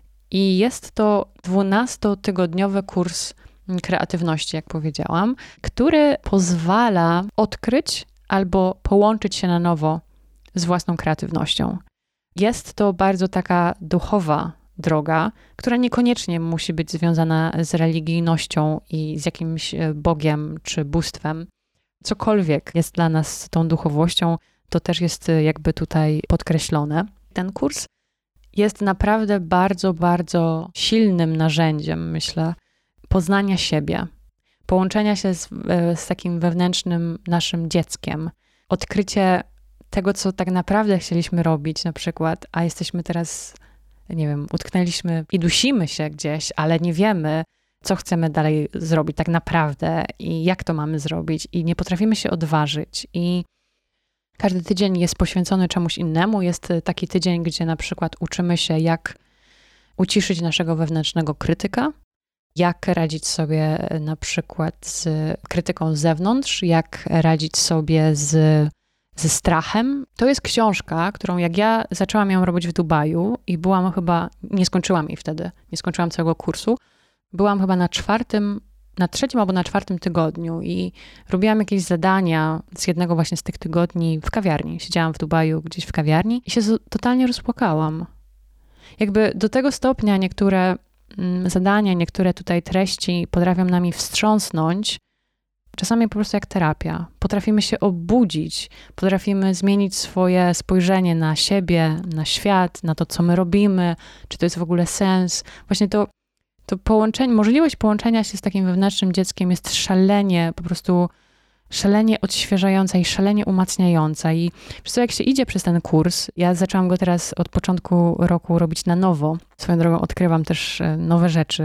i jest to dwunastotygodniowy kurs kreatywności, jak powiedziałam, który pozwala odkryć albo połączyć się na nowo z własną kreatywnością. Jest to bardzo taka duchowa droga, która niekoniecznie musi być związana z religijnością i z jakimś Bogiem czy bóstwem. Cokolwiek jest dla nas tą duchowością, to też jest jakby tutaj podkreślone. Ten kurs jest naprawdę bardzo, bardzo silnym narzędziem, myślę, poznania siebie, połączenia się z, z takim wewnętrznym naszym dzieckiem, odkrycie tego, co tak naprawdę chcieliśmy robić na przykład, a jesteśmy teraz, nie wiem, utknęliśmy i dusimy się gdzieś, ale nie wiemy, co chcemy dalej zrobić tak naprawdę i jak to mamy zrobić i nie potrafimy się odważyć i każdy tydzień jest poświęcony czemuś innemu. Jest taki tydzień, gdzie na przykład uczymy się, jak uciszyć naszego wewnętrznego krytyka, jak radzić sobie na przykład z krytyką z zewnątrz, jak radzić sobie z, ze strachem. To jest książka, którą jak ja zaczęłam ją robić w Dubaju i byłam chyba, nie skończyłam jej wtedy, nie skończyłam całego kursu, byłam chyba na czwartym, na trzecim albo na czwartym tygodniu i robiłam jakieś zadania z jednego właśnie z tych tygodni w kawiarni. Siedziałam w Dubaju gdzieś w kawiarni i się totalnie rozpłakałam. Jakby do tego stopnia niektóre mm, zadania, niektóre tutaj treści potrafią nami wstrząsnąć, czasami po prostu jak terapia. Potrafimy się obudzić, potrafimy zmienić swoje spojrzenie na siebie, na świat, na to, co my robimy, czy to jest w ogóle sens. Właśnie to To połączenie, możliwość połączenia się z takim wewnętrznym dzieckiem jest szalenie, po prostu szalenie odświeżająca i szalenie umacniająca. I przez to, jak się idzie przez ten kurs, ja zaczęłam go teraz od początku roku robić na nowo. Swoją drogą odkrywam też nowe rzeczy.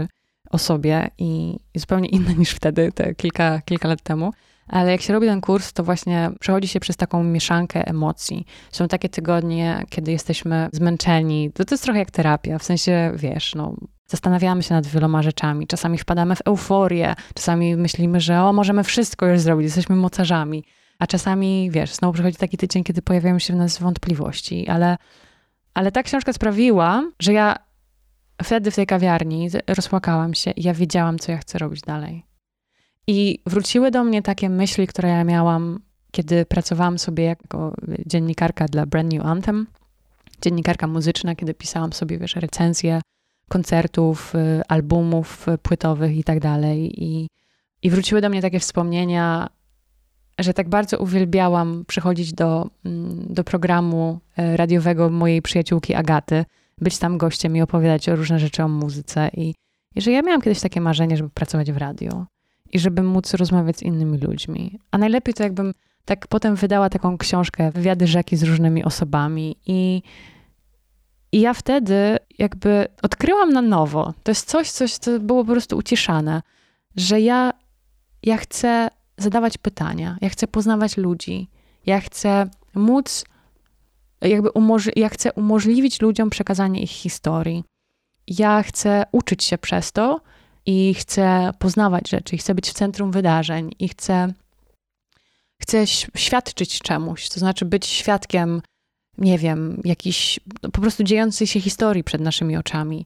o sobie i, i zupełnie inne niż wtedy, te kilka, kilka lat temu. Ale jak się robi ten kurs, to właśnie przechodzi się przez taką mieszankę emocji. Są takie tygodnie, kiedy jesteśmy zmęczeni. To, to jest trochę jak terapia, w sensie, wiesz, no, zastanawiamy się nad wieloma rzeczami. Czasami wpadamy w euforię, czasami myślimy, że o, możemy wszystko już zrobić, jesteśmy mocarzami. A czasami, wiesz, znowu przychodzi taki tydzień, kiedy pojawiają się w nas wątpliwości. Ale, ale ta książka sprawiła, że ja wtedy w tej kawiarni rozpłakałam się i ja wiedziałam, co ja chcę robić dalej. I wróciły do mnie takie myśli, które ja miałam, kiedy pracowałam sobie jako dziennikarka dla Brand New Anthem, dziennikarka muzyczna, kiedy pisałam sobie, wiesz, recenzje koncertów, albumów płytowych i tak dalej. I, i wróciły do mnie takie wspomnienia, że tak bardzo uwielbiałam przychodzić do, do programu radiowego mojej przyjaciółki Agaty, być tam gościem i opowiadać o różne rzeczy o muzyce. I, i że ja miałam kiedyś takie marzenie, żeby pracować w radiu. I żeby móc rozmawiać z innymi ludźmi. A najlepiej to jakbym tak potem wydała taką książkę, wywiady rzeki z różnymi osobami. I, i ja wtedy jakby odkryłam na nowo. To jest coś, coś, co było po prostu uciszane. Że ja, ja chcę zadawać pytania. Ja chcę poznawać ludzi. Ja chcę móc, jakby umoż- ja chcę umożliwić ludziom przekazanie ich historii. Ja chcę uczyć się przez to, i chcę poznawać rzeczy, i chcę być w centrum wydarzeń, i chcę, chcę świadczyć czemuś, to znaczy być świadkiem, nie wiem, jakiejś po prostu dziejącej się historii przed naszymi oczami.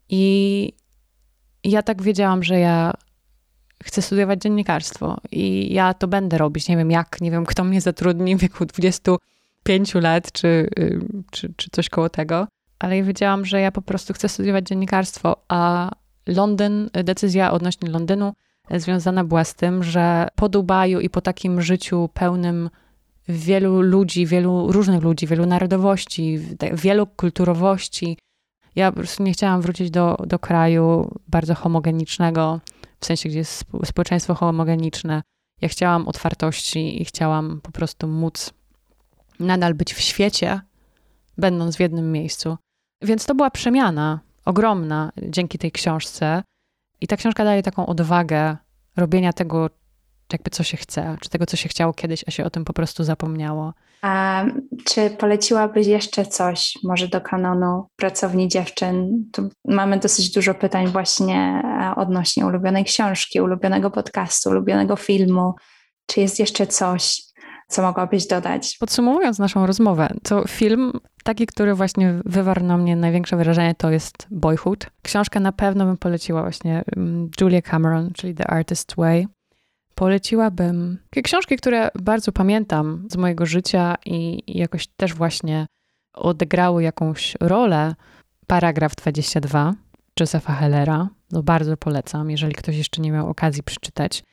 I ja tak wiedziałam, że ja chcę studiować dziennikarstwo i ja to będę robić. Nie wiem jak, nie wiem kto mnie zatrudni w wieku dwudziestu pięciu lat, czy, czy, czy coś koło tego, ale ja wiedziałam, że ja po prostu chcę studiować dziennikarstwo, a Londyn, decyzja odnośnie Londynu związana była z tym, że po Dubaju i po takim życiu pełnym wielu ludzi, wielu różnych ludzi, wielu narodowości, wielu kulturowości, ja po prostu nie chciałam wrócić do, do kraju bardzo homogenicznego, w sensie, gdzie jest społeczeństwo homogeniczne. Ja chciałam otwartości i chciałam po prostu móc nadal być w świecie, będąc w jednym miejscu. Więc to była przemiana ogromna dzięki tej książce. I ta książka daje taką odwagę robienia tego, jakby co się chce, czy tego, co się chciało kiedyś, a się o tym po prostu zapomniało. A czy poleciłabyś jeszcze coś, może do kanonu Pracowni Dziewczyn? Tu mamy dosyć dużo pytań właśnie odnośnie ulubionej książki, ulubionego podcastu, ulubionego filmu. Czy jest jeszcze coś, co mogłabyś dodać? Podsumowując naszą rozmowę, to film, taki, który właśnie wywarł na mnie największe wrażenie, to jest Boyhood. Książkę na pewno bym poleciła właśnie Julia Cameron, czyli The Artist's Way. Poleciłabym takie książki, które bardzo pamiętam z mojego życia i jakoś też właśnie odegrały jakąś rolę. Paragraf dwadzieścia dwa Josepha Hellera. No bardzo polecam, jeżeli ktoś jeszcze nie miał okazji przeczytać.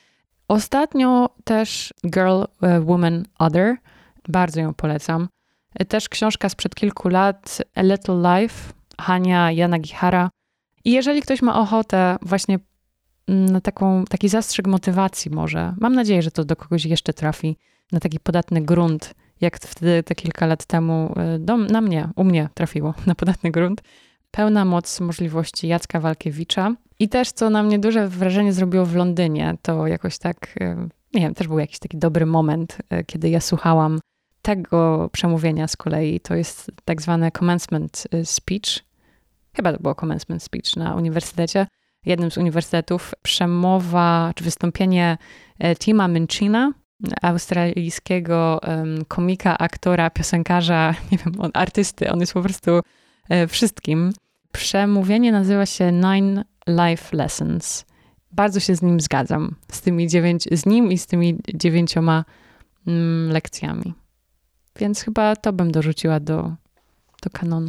Ostatnio też Girl, Woman, Other. Bardzo ją polecam. Też książka sprzed kilku lat A Little Life Hania Yanagihara. I jeżeli ktoś ma ochotę właśnie na taką, taki zastrzyk motywacji może, mam nadzieję, że to do kogoś jeszcze trafi, na taki podatny grunt, jak wtedy te kilka lat temu do, na mnie, u mnie trafiło, na podatny grunt. Pełna moc możliwości Jacka Walkiewicza. I też, co na mnie duże wrażenie zrobiło w Londynie, to jakoś tak, nie wiem, też był jakiś taki dobry moment, kiedy ja słuchałam tego przemówienia z kolei. To jest tak zwane commencement speech. Chyba to było commencement speech na uniwersytecie, jednym z uniwersytetów. Przemowa, czy wystąpienie Tima Minchina, australijskiego komika, aktora, piosenkarza, nie wiem, on, artysty. On jest po prostu wszystkim. Przemówienie nazywa się Nine Life Lessons. Bardzo się z nim zgadzam. Z tymi dziewięć, z nim i z tymi dziewięcioma mm, lekcjami. Więc chyba to bym dorzuciła do, do kanonu.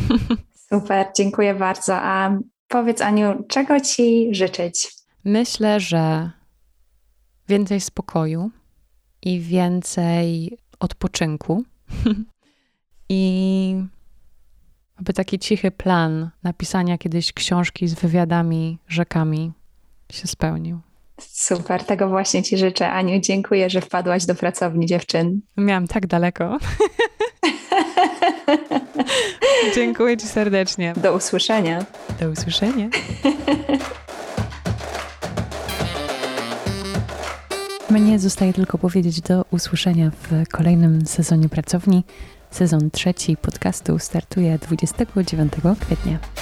Super, dziękuję bardzo. A powiedz, Aniu, czego ci życzyć? Myślę, że więcej spokoju i więcej odpoczynku. I aby taki cichy plan napisania kiedyś książki z wywiadami, rzekami się spełnił. Super, tego właśnie ci życzę, Aniu. Dziękuję, że wpadłaś do Pracowni Dziewczyn. Miałam tak daleko. Dziękuję ci serdecznie. Do usłyszenia. Do usłyszenia. mnie zostaje tylko powiedzieć do usłyszenia w kolejnym sezonie pracowni. Sezon trzeci podcastu startuje dwudziestego dziewiątego kwietnia.